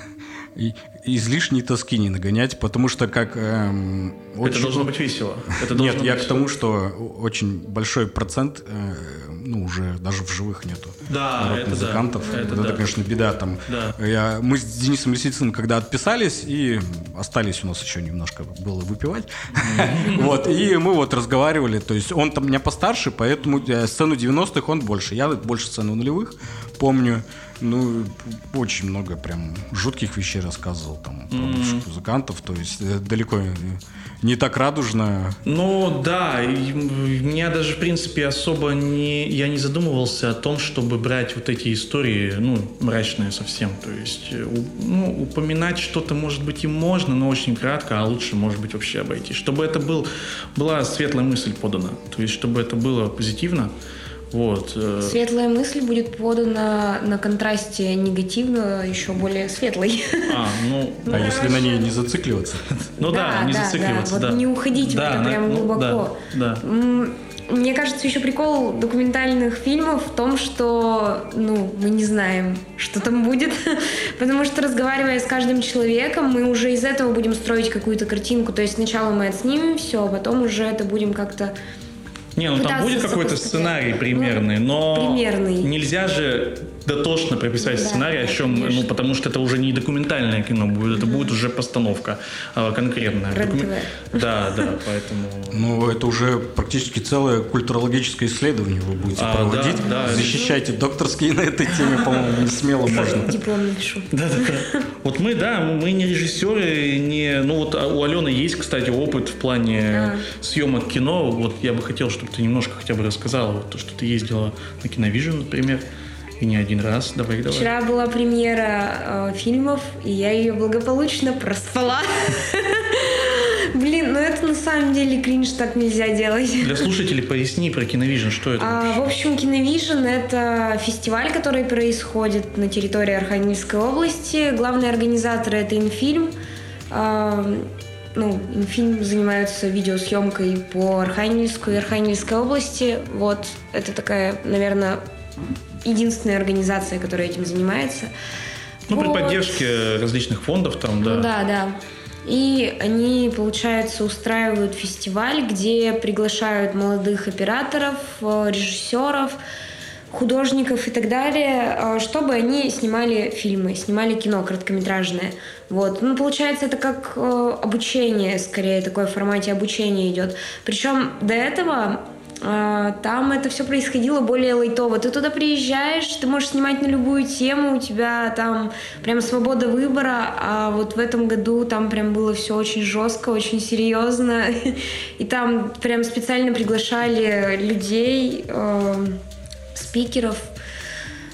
излишней тоски не нагонять, потому что как... Эм, очень... Это должно быть весело. Это Нет, быть я весело. к тому, что очень большой процент, э, ну, уже даже в живых нету да, рок-музыкантов. Это, да. это, это да. конечно, беда. Там. Да. Я, мы с Денисом Лисицыным когда отписались, и остались у нас еще немножко было выпивать. Вот, и мы вот разговаривали, то есть он там меня постарше, поэтому сцену девяностых он больше. Я больше сцену нулевых помню. Ну, очень много прям жутких вещей рассказывал там про mm-hmm. музыкантов, то есть далеко не так радужно. Ну, да, и меня даже, в принципе, особо не... Я не задумывался о том, чтобы брать вот эти истории, ну, мрачные совсем, то есть, ну, упоминать что-то, может быть, и можно, но очень кратко, а лучше, может быть, вообще обойти. Чтобы это был, была светлая мысль подана, то есть, чтобы это было позитивно. Вот. Светлая мысль будет подана на контрасте негативного еще более светлой. А, ну, ну а если на ней не зацикливаться? Ну да, да не да, зацикливаться. Да. Да. Вот не уходить да, в это прям ну, глубоко. Да, да. Мне кажется, еще прикол документальных фильмов в том, что, ну, мы не знаем, что там будет, потому что, разговаривая с каждым человеком, мы уже из этого будем строить какую-то картинку. То есть сначала мы отснимем все, а потом уже это будем как-то... Не, ну там будет какой-то сценарий примерный, но примерный. Нельзя же дотошно прописать да, сценарий, о чем, конечно. Ну, потому что это уже не документальное кино будет, это mm-hmm. будет уже постановка а, конкретная. Докум... Да, да, поэтому... Ну, это уже практически целое культурологическое исследование вы будете а, проводить. Да, да. Защищайте докторские на этой теме, по-моему, не смело можно. Диплом напишу. Да, да, да. Вот мы, да, мы не режиссеры, не... Ну, вот у Алены есть, кстати, опыт в плане а. съемок кино. Вот я бы хотел, чтобы ты немножко хотя бы рассказала, вот то, что ты ездила на Киновижн, например, и не один раз. Давай, давай. Вчера была премьера э, фильмов, и я ее благополучно проспала. Блин, ну это на самом деле кринж, так нельзя делать. Для слушателей поясни про Киновижн, что это? А, в общем, Киновижн — это фестиваль, который происходит на территории Архангельской области. Главные организаторы — это Инфильм. А, ну, Инфильм занимаются видеосъемкой по Архангельску и Архангельской области. Вот, это такая, наверное, единственная организация, которая этим занимается. Ну, вот. При поддержке различных фондов там, да. Ну, да, да. И они, получается, устраивают фестиваль, где приглашают молодых операторов, режиссеров, художников и так далее, чтобы они снимали фильмы, снимали кино короткометражное. Вот. Ну, получается, это как обучение, скорее, такое в формате обучения идет. Причем до этого там это все происходило более лайтово. Ты туда приезжаешь, ты можешь снимать на любую тему, у тебя там прям свобода выбора, а вот в этом году там прям было все очень жестко, очень серьезно, и там прям специально приглашали людей, э, спикеров,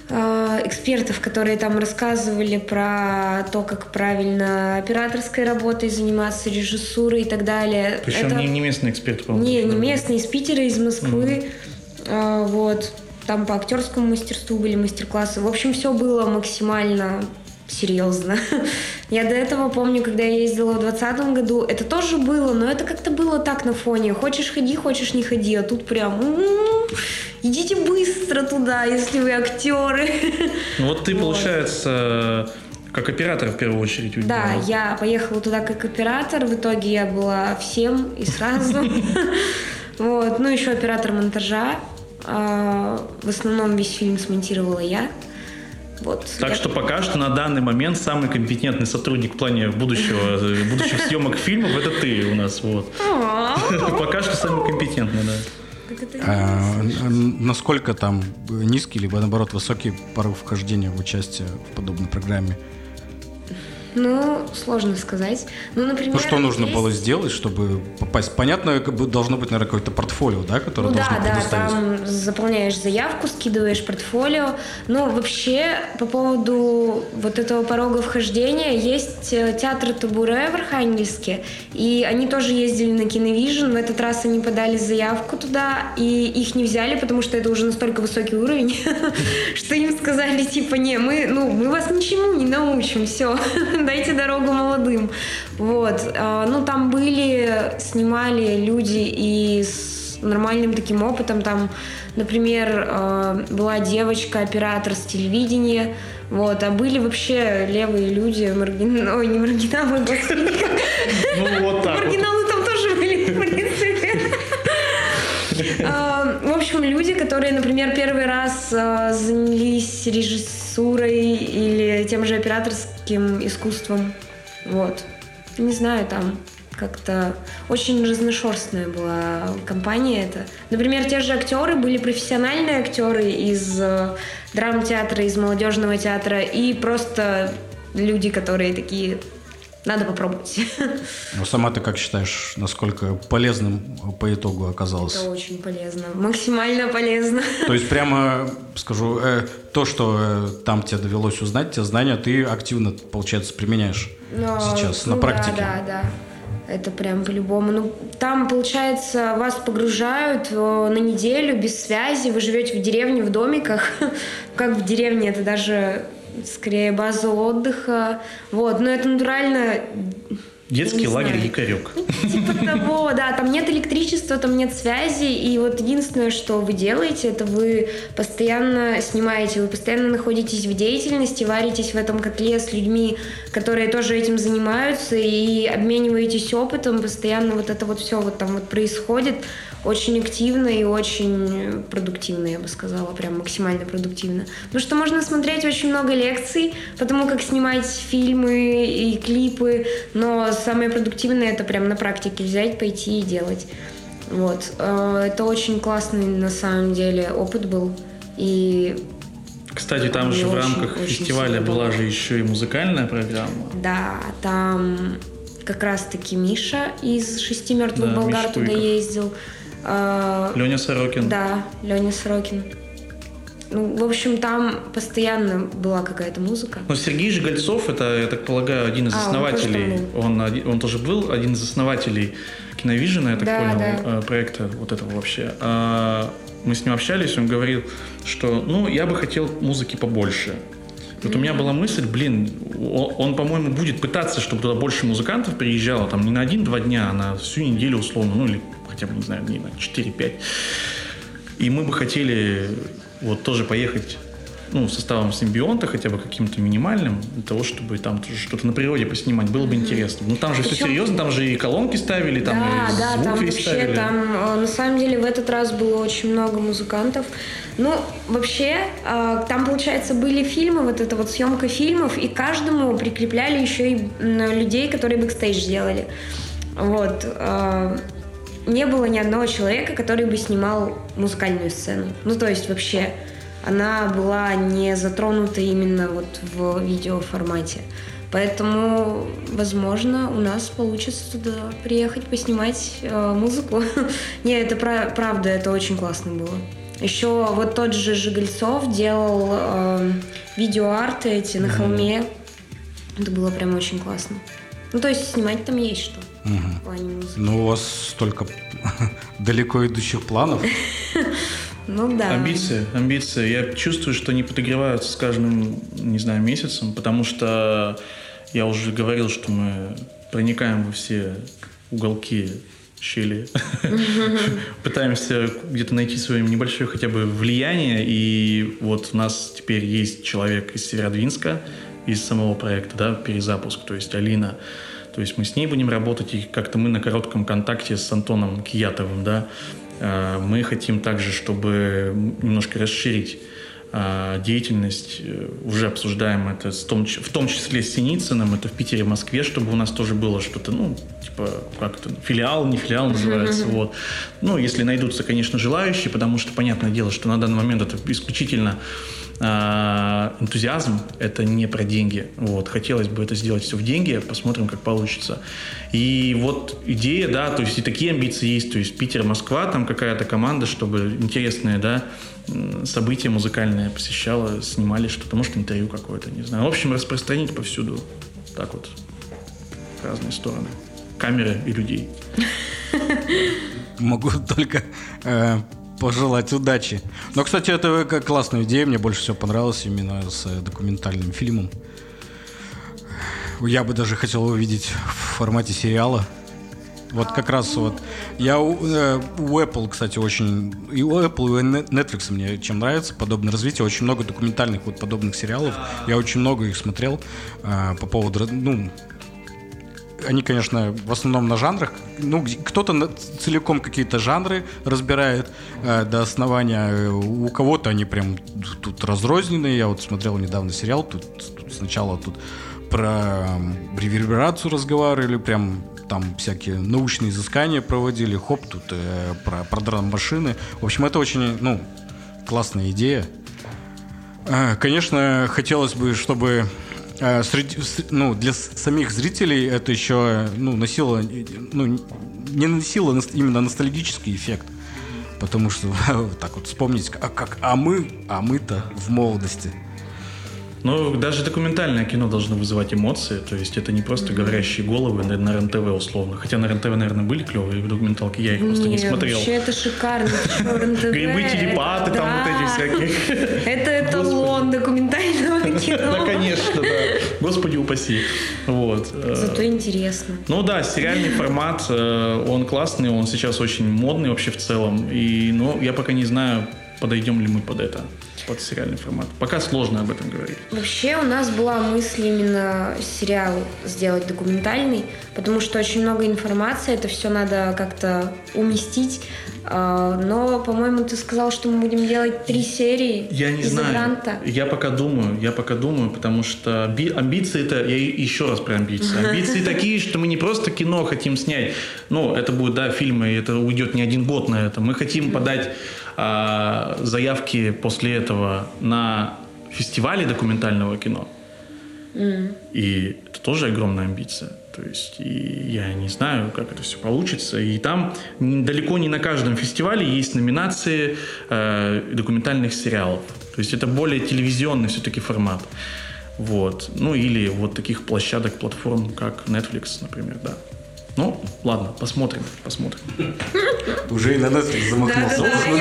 экспертов, которые там рассказывали про то, как правильно операторской работой заниматься, режиссурой и так далее. Причем это... не, не местные эксперты, по-моему. Не, не местные, из Питера, из Москвы. Mm-hmm. Вот. Там по актерскому мастерству были мастер-классы. В общем, все было максимально серьезно. Я до этого помню, когда я ездила в двадцатом году, это тоже было, но это как-то было так на фоне. Хочешь ходи, хочешь не ходи, а тут прям м-м-м, идите быстро туда, если вы актеры. Ну вот ты, вот. Получается, как оператор в первую очередь уйдешь. Да, я поехала туда как оператор, в итоге я была всем и сразу. Вот, ну еще оператор монтажа. В основном весь фильм смонтировала я. Вот. Так я... что пока что на данный момент самый компетентный сотрудник в плане будущего, будущих съемок фильмов это ты у нас. Вот. Пока что самый компетентный, да. А, насколько там низкий, либо наоборот высокий порог вхождения в участие в подобной программе? Ну, сложно сказать. Ну, например, ну, что нужно есть... было сделать, чтобы попасть? Понятно, должно быть, наверное, какое-то портфолио, да, которое ну, должно да, предоставить. Да, там заполняешь заявку, скидываешь портфолио. Ну, вообще, по поводу вот этого порога вхождения, есть театр Табуре в Архангельске, и они тоже ездили на Киновижн. В этот раз они подали заявку туда, и их не взяли, потому что это уже настолько высокий уровень, что им сказали, типа, не, мы, ну, мы вас ничему не научим, все. Дайте дорогу молодым. Вот. Ну, там были, снимали люди и с нормальным таким опытом. Там, например, была девочка-оператор с телевидения. Вот. А были вообще левые люди, маргин... ой, не маргиналы, господи. Ну, вот так маргиналы там тоже были, в принципе. В общем, люди, которые, например, первый раз занялись режиссурой или тем же операторским искусством. Вот. Не знаю, там как-то очень разношерстная была компания эта. Например, те же актеры были профессиональные актеры из драмтеатра, из молодежного театра и просто люди, которые такие... Надо попробовать. Ну, сама ты как считаешь, насколько полезным по итогу оказалось? Это очень полезно. Максимально полезно. То есть прямо, скажу, э, то, что э, там тебе довелось узнать, те знания ты активно, получается, применяешь Но, сейчас ну, на практике? Да, да, да. Это прям по-любому. Ну, там, получается, вас погружают на неделю без связи. Вы живете в деревне, в домиках. Как в деревне, это даже... скорее база отдыха. Вот, но это натурально... Детский лагерь «Якорек». Типа того, да. Там нет электричества, там нет связи. И вот единственное, что вы делаете, это вы постоянно снимаете, вы постоянно находитесь в деятельности, варитесь в этом котле с людьми, которые тоже этим занимаются, и обмениваетесь опытом. Постоянно вот это вот все вот там вот происходит. Очень активно и очень продуктивно, я бы сказала, прям максимально продуктивно. Потому что можно смотреть очень много лекций по тому, как снимать фильмы и клипы, но самое продуктивное — это прям на практике взять, пойти и делать. Вот. Это очень классный на самом деле опыт был. И кстати, там же в рамках фестиваля была же еще и музыкальная программа. Да, там как раз-таки Миша из «Шести мертвых да, болгар» туда ездил. Леня Сорокин. Да, Леня Сорокин. Ну, в общем, там постоянно была какая-то музыка. Но Сергей Жигальцов, это, я так полагаю, один из а, основателей. Он, он, он тоже был один из основателей Киновижена, я так да, понял, да. проекта вот этого вообще. Мы с ним общались, он говорил, что, ну, я бы хотел музыки побольше. Вот mm-hmm. у меня была мысль, блин, он, он, по-моему, будет пытаться, чтобы туда больше музыкантов приезжало, там не на один-два дня, а на всю неделю условно, ну или хотя бы, не знаю, не на четыре-пять. И мы бы хотели вот тоже поехать, ну, составом симбионта, хотя бы каким-то минимальным, для того, чтобы там тоже что-то на природе поснимать, было бы mm-hmm. интересно. Ну, там же Причем... все серьезно, там же и колонки ставили, там да, и да, звук там весь вообще, ставили. Там, на самом деле, в этот раз было очень много музыкантов. Ну, вообще, там, получается, были фильмы, вот эта вот съемка фильмов, и каждому прикрепляли еще и людей, которые бэкстейдж делали. Вот. Не было ни одного человека, который бы снимал музыкальную сцену. Ну, то есть, вообще... она была не затронута именно вот в видеоформате. Поэтому, возможно, у нас получится туда приехать, поснимать э, музыку. Не, это правда, это очень классно было. Еще вот тот же Жигальцов делал э, видеоарты эти на холме. Это было прям очень классно. Ну, то есть снимать там есть что. Угу. В плане музыки. Ну, у вас столько далеко идущих планов. Ну да. Амбиции, амбиции. Я чувствую, что они подогреваются с каждым, не знаю, месяцем, потому что я уже говорил, что мы проникаем во все уголки, щели. Пытаемся где-то найти свое небольшое хотя бы влияние. И вот у нас теперь есть человек из Северодвинска, из самого проекта, да, перезапуск, то есть Алина. То есть мы с ней будем работать, и как-то мы на коротком контакте с Антоном Киятовым, да. Мы хотим также, чтобы немножко расширить деятельность, уже обсуждаем это в том, в том числе с Синицыным, это в Питере, в Москве, чтобы у нас тоже было что-то, ну, типа, как это, филиал, не филиал называется, mm-hmm. вот. Ну, если найдутся, конечно, желающие, потому что, понятное дело, что на данный момент это исключительно э, энтузиазм, это не про деньги, вот. Хотелось бы это сделать все в деньги, посмотрим, как получится. И вот идея, да, то есть и такие амбиции есть, то есть Питер, Москва, там какая-то команда, чтобы интересные, да, события музыкальные посещала, снимали что-то, может, интервью какое-то, не знаю. В общем, распространить повсюду, так вот, в разные стороны. Камеры и людей. Могу только э, пожелать удачи. Но, кстати, это классная идея, мне больше всего понравилось именно с документальным фильмом. Я бы даже хотел увидеть в формате сериала. Вот как раз вот я у, э, у Apple, кстати, очень и у Apple, и у Netflix мне чем нравится подобное развитие. Очень много документальных вот подобных сериалов. Я очень много их смотрел э, по поводу, ну, они, конечно, в основном на жанрах. Ну, кто-то на, целиком какие-то жанры разбирает э, до основания. У кого-то они прям тут разрозненные. Я вот смотрел недавно сериал. Тут, тут сначала тут про э, реверберацию разговаривали, прям там всякие научные изыскания проводили. Хоп, тут э, про, про драм-машины. В общем, это очень, ну, классная идея. Э, конечно, хотелось бы, чтобы Среди, ну, для самих зрителей это еще, ну, носило, ну, не носило именно ностальгический эффект, потому что так вот вспомнить, а как, а мы, а мы-то в молодости. Ну, даже документальное кино должно вызывать эмоции, то есть это не просто говорящие головы на, на РЕН-ТВ условно, хотя на РЕН-ТВ, наверное, были клевые документалки, я их просто Нет, не смотрел. Вообще это шикарно, РЕН-ТВ. Грибы, телепаты, там вот эти всякие. Это эталон документального кино. Да, конечно, да. Господи упаси. Вот. Зато интересно. Ну да, сериальный формат, он классный, он сейчас очень модный вообще в целом, и, ну, я пока не знаю, подойдем ли мы под это, под сериальный формат. Пока сложно об этом говорить. Вообще у нас была мысль именно сериал сделать документальный, потому что очень много информации, это все надо как-то уместить. Но, по-моему, ты сказал, что мы будем делать три серии. Я не из-за знаю. гранта. Я пока думаю, я пока думаю, потому что амбиции это, я еще раз про амбиции. Амбиции такие, что мы не просто кино хотим снять. Ну, это будет, да, фильмы, это уйдет не один год на это. Мы хотим подать а, заявки после этого на фестивале документального кино. Mm. И это тоже огромная амбиция. То есть, и я не знаю, как это все получится. И там далеко не на каждом фестивале есть номинации э, документальных сериалов. То есть это более телевизионный все-таки формат. Вот. Ну или вот таких площадок, платформ, как Netflix, например, да. Ну, ладно, посмотрим, посмотрим. Уже и на Netflix замахнулся.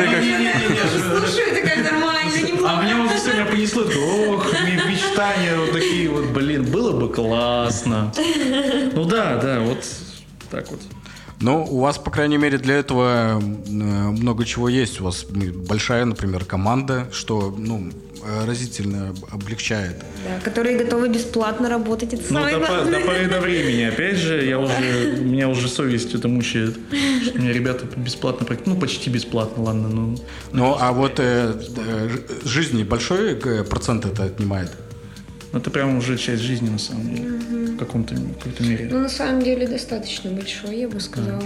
Слушай, это как нормально, неплохо. А меня уже сегодня понесло. Ох, мечтания вот такие вот, блин, было бы классно. Ну да, да, вот так вот. Ну, у вас, по крайней мере, для этого много чего есть. У вас большая, например, команда, что, ну, разительно облегчает. Да, которые готовы бесплатно работать. Это ну, самое до, главное. До поры до времени. Опять же, я уже, меня уже совесть это мучает. Что мне ребята бесплатно, ну, почти бесплатно, ладно. Ну, ну а вот э, э, жизни большой процент это отнимает? Это прям уже часть жизни, на самом деле. Угу. В каком-то, в какой-то мере. Ну, на самом деле, достаточно большой, я бы сказала.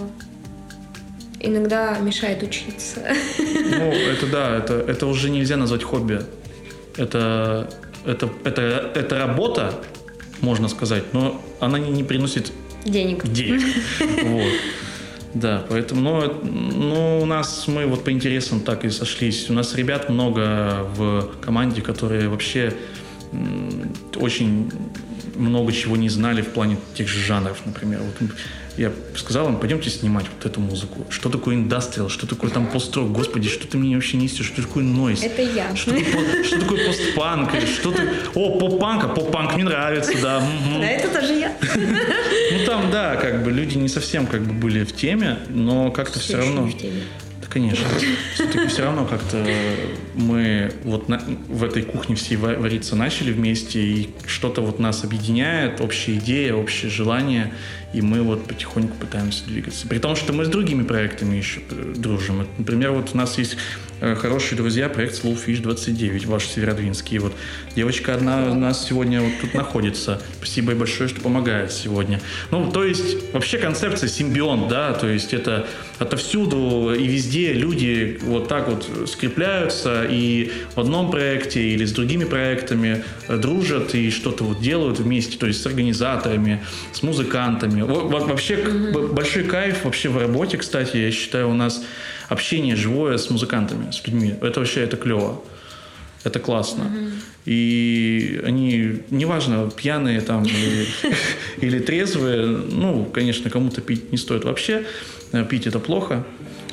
Иногда мешает учиться. Ну, это да, это, это уже нельзя назвать хобби. Это, это, это, это работа, можно сказать, но она не, не приносит денег. денег. Вот. Да, поэтому, ну, ну, у нас, мы вот по интересам так и сошлись. У нас ребят много в команде, которые вообще м, очень много чего не знали в плане тех же жанров, например. Вот я сказал им, пойдемте снимать вот эту музыку. Что такое индастриал, что такое там пост-рок, господи, что ты мне вообще несешь, что такое нойз? Это я. Что такое, что такое постпанк? Что ты... О, поп-панк, а поп-панк мне нравится, да. Да, это тоже я. Ну там, да, как бы люди не совсем как бы были в теме, но как-то все равно... в теме. Да, конечно. Все-таки все равно как-то мы вот на, в этой кухне все вариться начали вместе, и что-то вот нас объединяет, общая идея, общее желание, и мы вот потихоньку пытаемся двигаться. При том, что мы с другими проектами еще дружим. Например, вот у нас есть хорошие друзья, проект Slowfish двадцать девять, ваш северодвинский. Вот девочка одна у нас сегодня вот тут находится. Спасибо ей большое, что помогает сегодня. Ну, то есть, вообще концепция симбионт, да, то есть это отовсюду и везде люди вот так вот скрепляются и в одном проекте или с другими проектами дружат и что-то вот делают вместе, то есть с организаторами, с музыкантами. Вообще mm-hmm. большой кайф вообще в работе, кстати, я считаю, у нас общение живое с музыкантами, с людьми. Это вообще, это клево. Это классно. Mm-hmm. И они, неважно, пьяные там или, или трезвые, ну, конечно, кому-то пить не стоит вообще. Пить это плохо.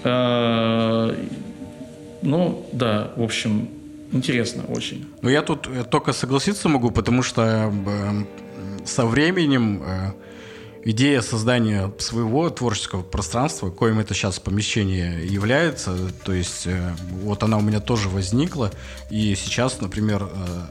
Ну, да, в общем, интересно очень. Ну, я тут только согласиться могу, потому что со временем идея создания своего творческого пространства, коим это сейчас помещение является, то есть вот она у меня тоже возникла, и сейчас, например,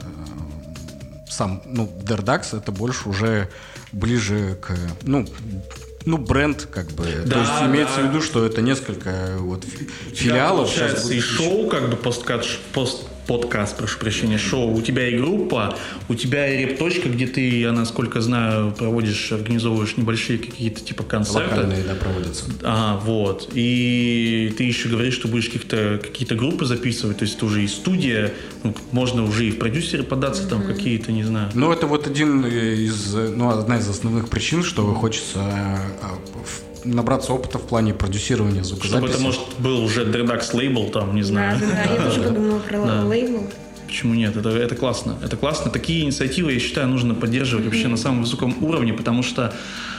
сам, ну, Derdax это больше уже ближе к, ну, ну, бренд, как бы. Да, то есть да. Имеется в виду, что это несколько вот филиалов. Да, получается, и шоу, как бы, посткаст, пост, подкаст, прошу прощения, шоу. У тебя и группа, у тебя и реп-точка, где ты, я насколько знаю, проводишь, организовываешь небольшие какие-то типа концерты. Локальные, да, проводятся. Ага, вот. И ты еще говоришь, что будешь каких-то, какие-то группы записывать, то есть это уже и студия, ну, можно уже и в продюсеры податься, mm-hmm. там какие-то, не знаю. Ну, это вот один из, ну, одна из основных причин, что хочется набраться опыта в плане продюсирования звукозаписи. Чтобы это, может, был уже Derdax лейбл, там, не знаю. Да, да, да, я тоже подумала про лейбл. Почему нет? Это, это классно. Это классно. Такие инициативы, я считаю, нужно поддерживать mm-hmm. вообще на самом высоком уровне, потому что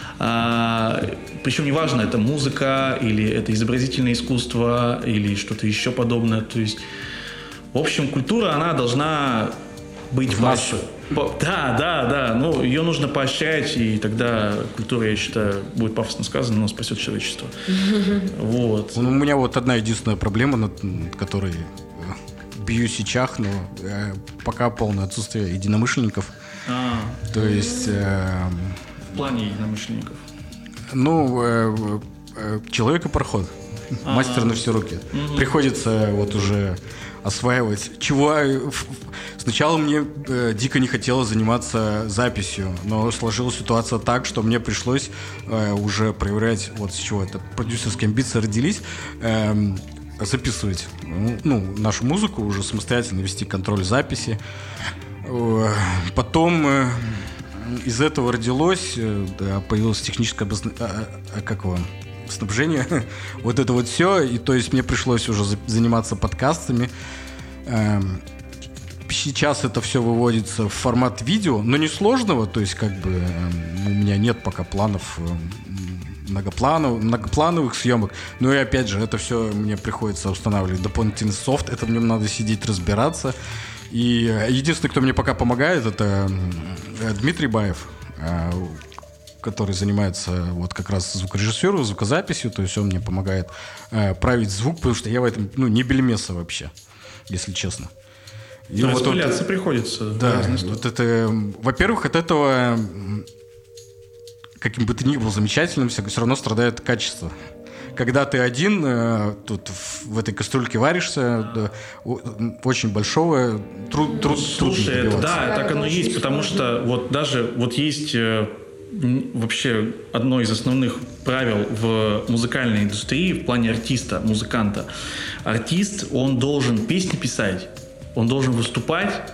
а, причем неважно, это музыка, или это изобразительное искусство, или что-то еще подобное. То есть, в общем, культура, она должна быть в массу. Да, да, да. Ну, ее нужно поощрять, и тогда культура, я считаю, будет пафосно сказано, но спасет человечество. Вот. У меня вот одна единственная проблема, над которой бьюсь и чахну, пока полное отсутствие единомышленников. А, То есть... Э, в плане единомышленников? Ну, э, э, человек и пароход. А-а-а. Мастер на все руки. Угу. Приходится вот уже осваивать. Чего... Сначала мне э, дико не хотелось заниматься записью, но сложилась ситуация так, что мне пришлось э, уже проверять, вот с чего это продюсерские амбиции родились, э, записывать ну, нашу музыку, уже самостоятельно вести контроль записи. Э, потом э, из этого родилось, э, да, появилось техническое обозна... а, а, как его? снабжение, вот это вот все, и то есть мне пришлось уже за- заниматься подкастами. Э, Сейчас это все выводится в формат видео, но не сложного, то есть как бы у меня нет пока планов многопланов, многоплановых съемок, но и опять же это все мне приходится устанавливать дополнительный софт, это в нем надо сидеть разбираться. И единственный, кто мне пока помогает, это Дмитрий Баев, который занимается вот как раз звукорежиссером, звукозаписью, то есть он мне помогает править звук, потому что я в этом ну, не бельмеса вообще, если честно. И вот распыляться вот, приходится. Да, вот это, во-первых, от этого, каким бы ты ни был замечательным, все, все равно страдает качество. Когда ты один, тут в этой кастрюльке варишься, да, очень большого труд, труд, Слушай, это, да, так оно и есть, потому что вот даже вот есть вообще одно из основных правил в музыкальной индустрии в плане артиста, музыканта. Артист, он должен песни писать, он должен выступать,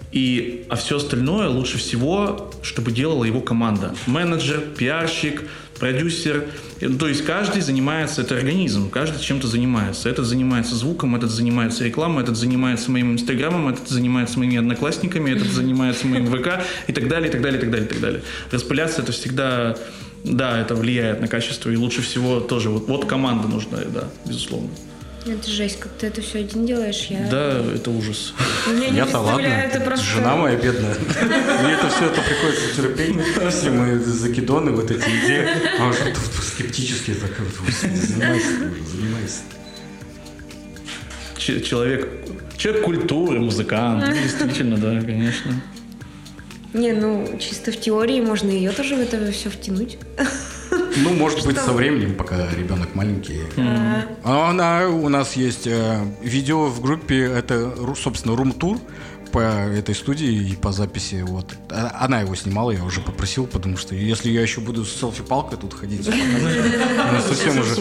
и, а все остальное лучше всего, чтобы делала его команда. Менеджер, пиарщик, продюсер. Ну, то есть каждый занимается, это организм, каждый чем-то занимается. Этот занимается звуком, этот занимается рекламой, этот занимается моим инстаграмом, этот занимается моими одноклассниками, этот занимается моим ВК и так далее, и так далее, и так далее, и так далее. Распыляться это всегда, да, это влияет на качество, и лучше всего тоже, вот, вот команда нужна, да, безусловно. Это жесть, как ты это все один делаешь. Я... Да, это ужас. Я-то ладно, это просто... жена моя бедная. Мне это все это приходится терпеть. Все мои закидоны, вот эти идеи. А уж скептически так вот, занимайся уже, занимайся. Человек, человек культуры, музыкант. Действительно, да, конечно. Не, ну, чисто в теории можно ее тоже в это все втянуть. Ну, может быть, со временем, пока ребенок маленький. Mm-hmm. А она, у нас есть э, видео в группе, это, собственно, рум-тур по этой студии и по записи. Вот. Она его снимала, я уже попросил, потому что если я еще буду с селфи-палкой тут ходить, совсем уже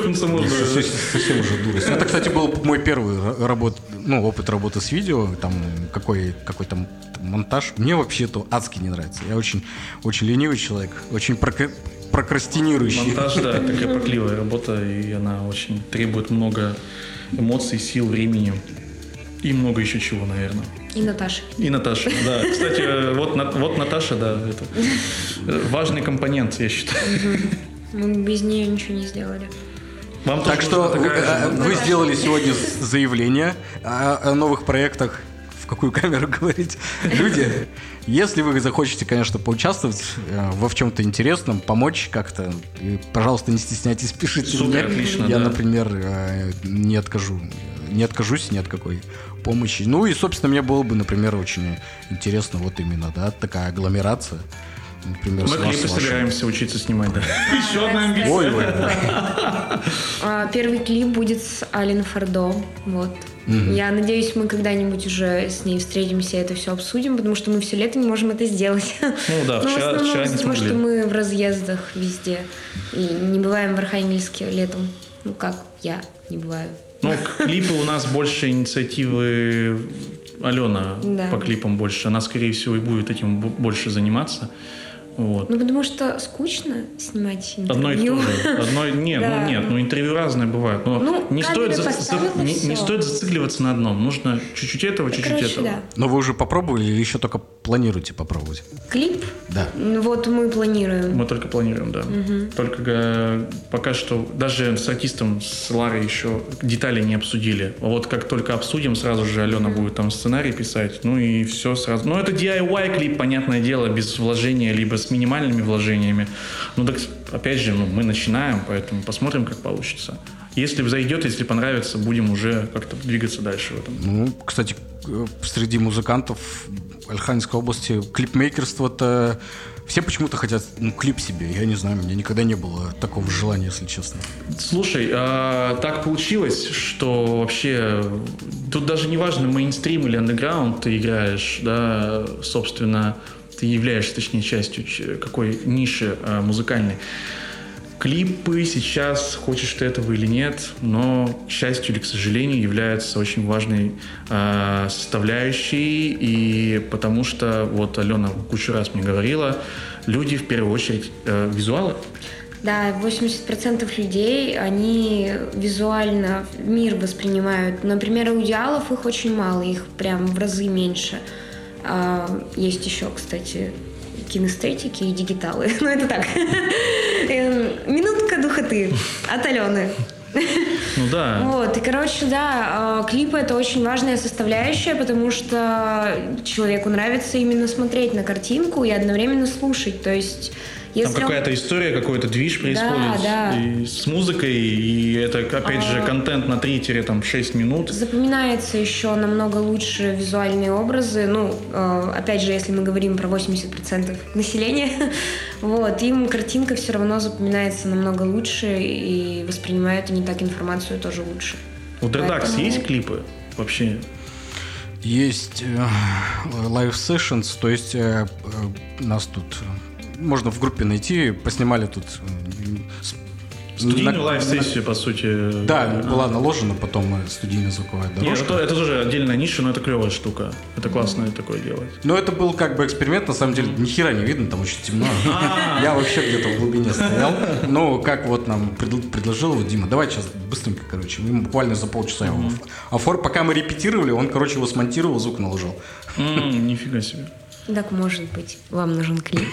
совсем уже дурость. Это, кстати, был мой первый ну, опыт работы с видео, там какой-то монтаж. Мне вообще-то адски не нравится. Я очень, очень ленивый человек, очень прокрастинирующий. Монтаж, да, такая покливая работа, и она очень требует много эмоций, сил, времени и много еще чего, наверное. И Наташа. И Наташа, да. Кстати, вот, вот Наташа, да, это важный компонент, я считаю. Мы без нее ничего не сделали. Вам так что вы, вы сделали сегодня заявление о, о новых проектах. В какую камеру говорить? Люди, если вы захотите, конечно, поучаствовать э, во в чем-то интересном, помочь как-то, и, пожалуйста, не стесняйтесь, пишите Супер, мне. отлично, Я, да. например, э, не откажу, не откажусь ни от какой помощи. Ну и, собственно, мне было бы, например, очень интересно вот именно, да, такая агломерация. Например, мы клипы собираемся учиться снимать, да. Еще одна амбиция. Ой, ой. Первый клип будет с Ален Фардо, вот. Mm-hmm. Я надеюсь, мы когда-нибудь уже с ней встретимся и это все обсудим, потому что мы все лето не можем это сделать. Ну да, Но вчера, в основном вчера не из-за того, смогли. что мы в разъездах везде и не бываем в Архангельске летом. Ну как, я не бываю. Ну, клипы у нас больше инициативы Алена, да. По клипам больше. Она, скорее всего, и будет этим больше заниматься. Вот. Ну, потому что скучно снимать интервью. Одно и то же. Одно... Нет, да. ну, нет, ну интервью разные бывают. Но ну, не, стоит за... За... Не, не стоит зацикливаться на одном. Нужно чуть-чуть этого, чуть-чуть Короче, этого. Да. Но вы уже попробовали или еще только планируете попробовать? Клип? Да. Вот мы планируем. Мы только планируем, да. Угу. Только пока что даже с артистом, с Ларой еще детали не обсудили. Вот как только обсудим, сразу же Алена угу. будет там сценарий писать. Ну и все сразу. Ну это ди ай вай клип, понятное дело, без вложения, либо с минимальными вложениями. Ну так, опять же, ну, мы начинаем, поэтому посмотрим, как получится. Если зайдет, если понравится, будем уже как-то двигаться дальше в этом. Ну, кстати, среди музыкантов Архангельской области клипмейкерство-то все почему-то хотят ну, клип себе. Я не знаю, у меня никогда не было такого желания, если честно. Слушай, а, так получилось, что вообще тут даже не важно, мейнстрим или андеграунд ты играешь, да, собственно, ты являешься, точнее, частью какой ниши а, музыкальной. Клипы сейчас, хочешь ты этого или нет, но, к счастью или к сожалению, являются очень важной э, составляющей, и потому что, вот Алена кучу раз мне говорила, люди в первую очередь э, визуалы. Да, восемьдесят процентов людей, они визуально мир воспринимают. Например, аудиалов их очень мало, их прям в разы меньше. А, есть еще, кстати, кинестетики и дигиталы. Ну, это так. Минутка духоты от Алены. Ну да. Вот, и, короче, да, клипы — это очень важная составляющая, потому что человеку нравится именно смотреть на картинку и одновременно слушать. То есть если там какая-то он... история, какой-то движ происходит да, да. И с музыкой, и это, опять а... же, контент на три-шесть минут. Запоминается еще намного лучше визуальные образы. Ну, опять же, если мы говорим про восемьдесят процентов населения, вот, им картинка все равно запоминается намного лучше, и воспринимают они так информацию тоже лучше. У Дредакс Поэтому... есть клипы вообще? Есть live sessions, то есть э, э, нас тут... Можно в группе найти, поснимали тут Студийную на- лайв-сессию, по сути. Да, была наложена потом студийная звуковая Нет, дорожка. это, это тоже отдельная ниша, но это клевая штука. Это классно такое делать. Но это был как бы эксперимент, на самом деле, ни хера не видно, там очень темно. Я вообще где-то в глубине стоял. Но как вот нам пред- предложил вот Дима, давай сейчас быстренько, короче, мы буквально за полчаса его оформ. Пока мы репетировали, он, короче, его смонтировал, звук наложил. М, Нифига себе. Так, может быть, вам нужен клип.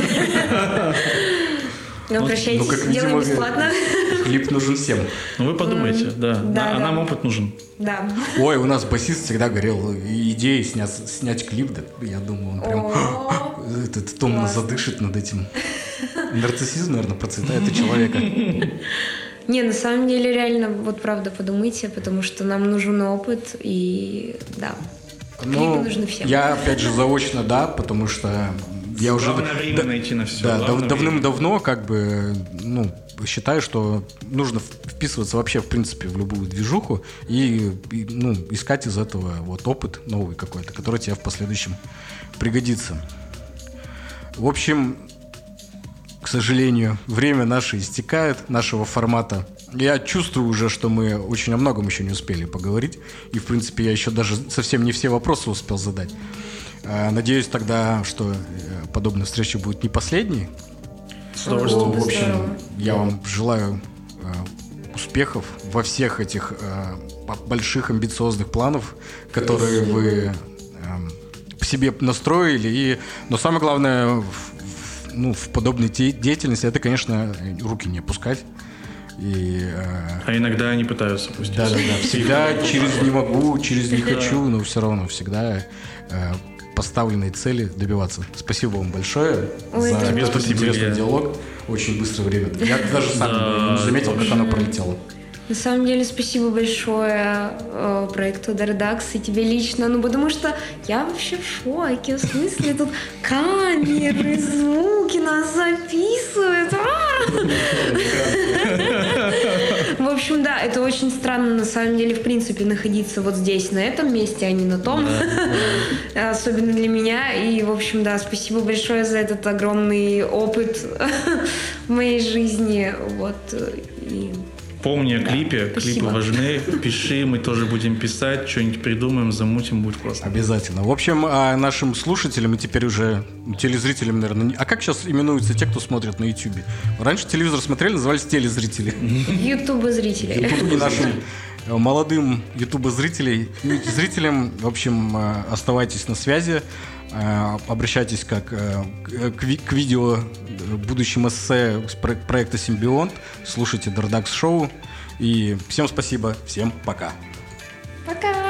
Ну, Ну, обращайтесь, как делаем видимо, бесплатно. клип нужен всем. Ну вы подумайте, да. да, А да. нам опыт нужен. Да. Ой, у нас басист всегда горел идеей снять, снять клип. Да, я думаю, он прям О, этот томно классно. задышит над этим. Нарциссизм, наверное, процветает у человека. Не, на самом деле, реально, вот правда, подумайте, потому что нам нужен опыт, и да, клипы Ну, нужны всем. я опять же заочно, да, потому что я уже Главное время да- найти на все. да, Главное дав- время. давным-давно как бы, ну, считаю, что нужно в- вписываться вообще, в принципе, в любую движуху и, и, ну, искать из этого вот опыт новый какой-то, который тебе в последующем пригодится. В общем, к сожалению, время наше истекает, нашего формата. Я чувствую уже, что мы очень о многом еще не успели поговорить. И, в принципе, я еще даже совсем не все вопросы успел задать. А, Надеюсь тогда, что э, подобная встреча будет не последней. С Ну, удовольствием. в общем, Здорово. я вам желаю э, успехов во всех этих э, по- больших амбициозных планов, которые вы э, в себе настроили. И, но самое главное, в, в- ну, в подобной де- деятельности, это, конечно, руки не опускать. И э, А иногда они пытаются пустить. да, да, да. Всегда через не могу, через не хочу, но все равно всегда э, поставленной цели добиваться. Спасибо вам большое Ой, за тебе этот спасибо, интересный Илья. диалог. Очень быстро время. Я даже сам Да, не заметил, как точно. оно пролетело. На самом деле, спасибо большое э, проекту Dardax и тебе лично, ну потому что я вообще в шоке, в смысле тут камеры, звуки нас записывают. В общем, да, это очень странно на самом деле, в принципе, находиться вот здесь, на этом месте, а не на том. Особенно для меня. И, в общем, да, спасибо большое за этот огромный опыт в моей жизни. Вот. И Помни о клипе, спасибо. клипы важны. Пиши, мы тоже будем писать, что-нибудь придумаем, замутим, будет классно. Обязательно. В общем, а нашим слушателям и теперь уже телезрителям, наверное... не- А как сейчас именуются те, кто смотрит на YouTube? Раньше телевизор смотрели, назывались телезрители. ютубы-зрители. И нашим э, молодым ютубо-зрителей, зрителям, в общем, э, оставайтесь на связи, э, обращайтесь как э, к, к ви- к видео э, будущем эссе с про- проекта «Симбионт», слушайте Dardax Show, и всем спасибо, всем пока. Пока!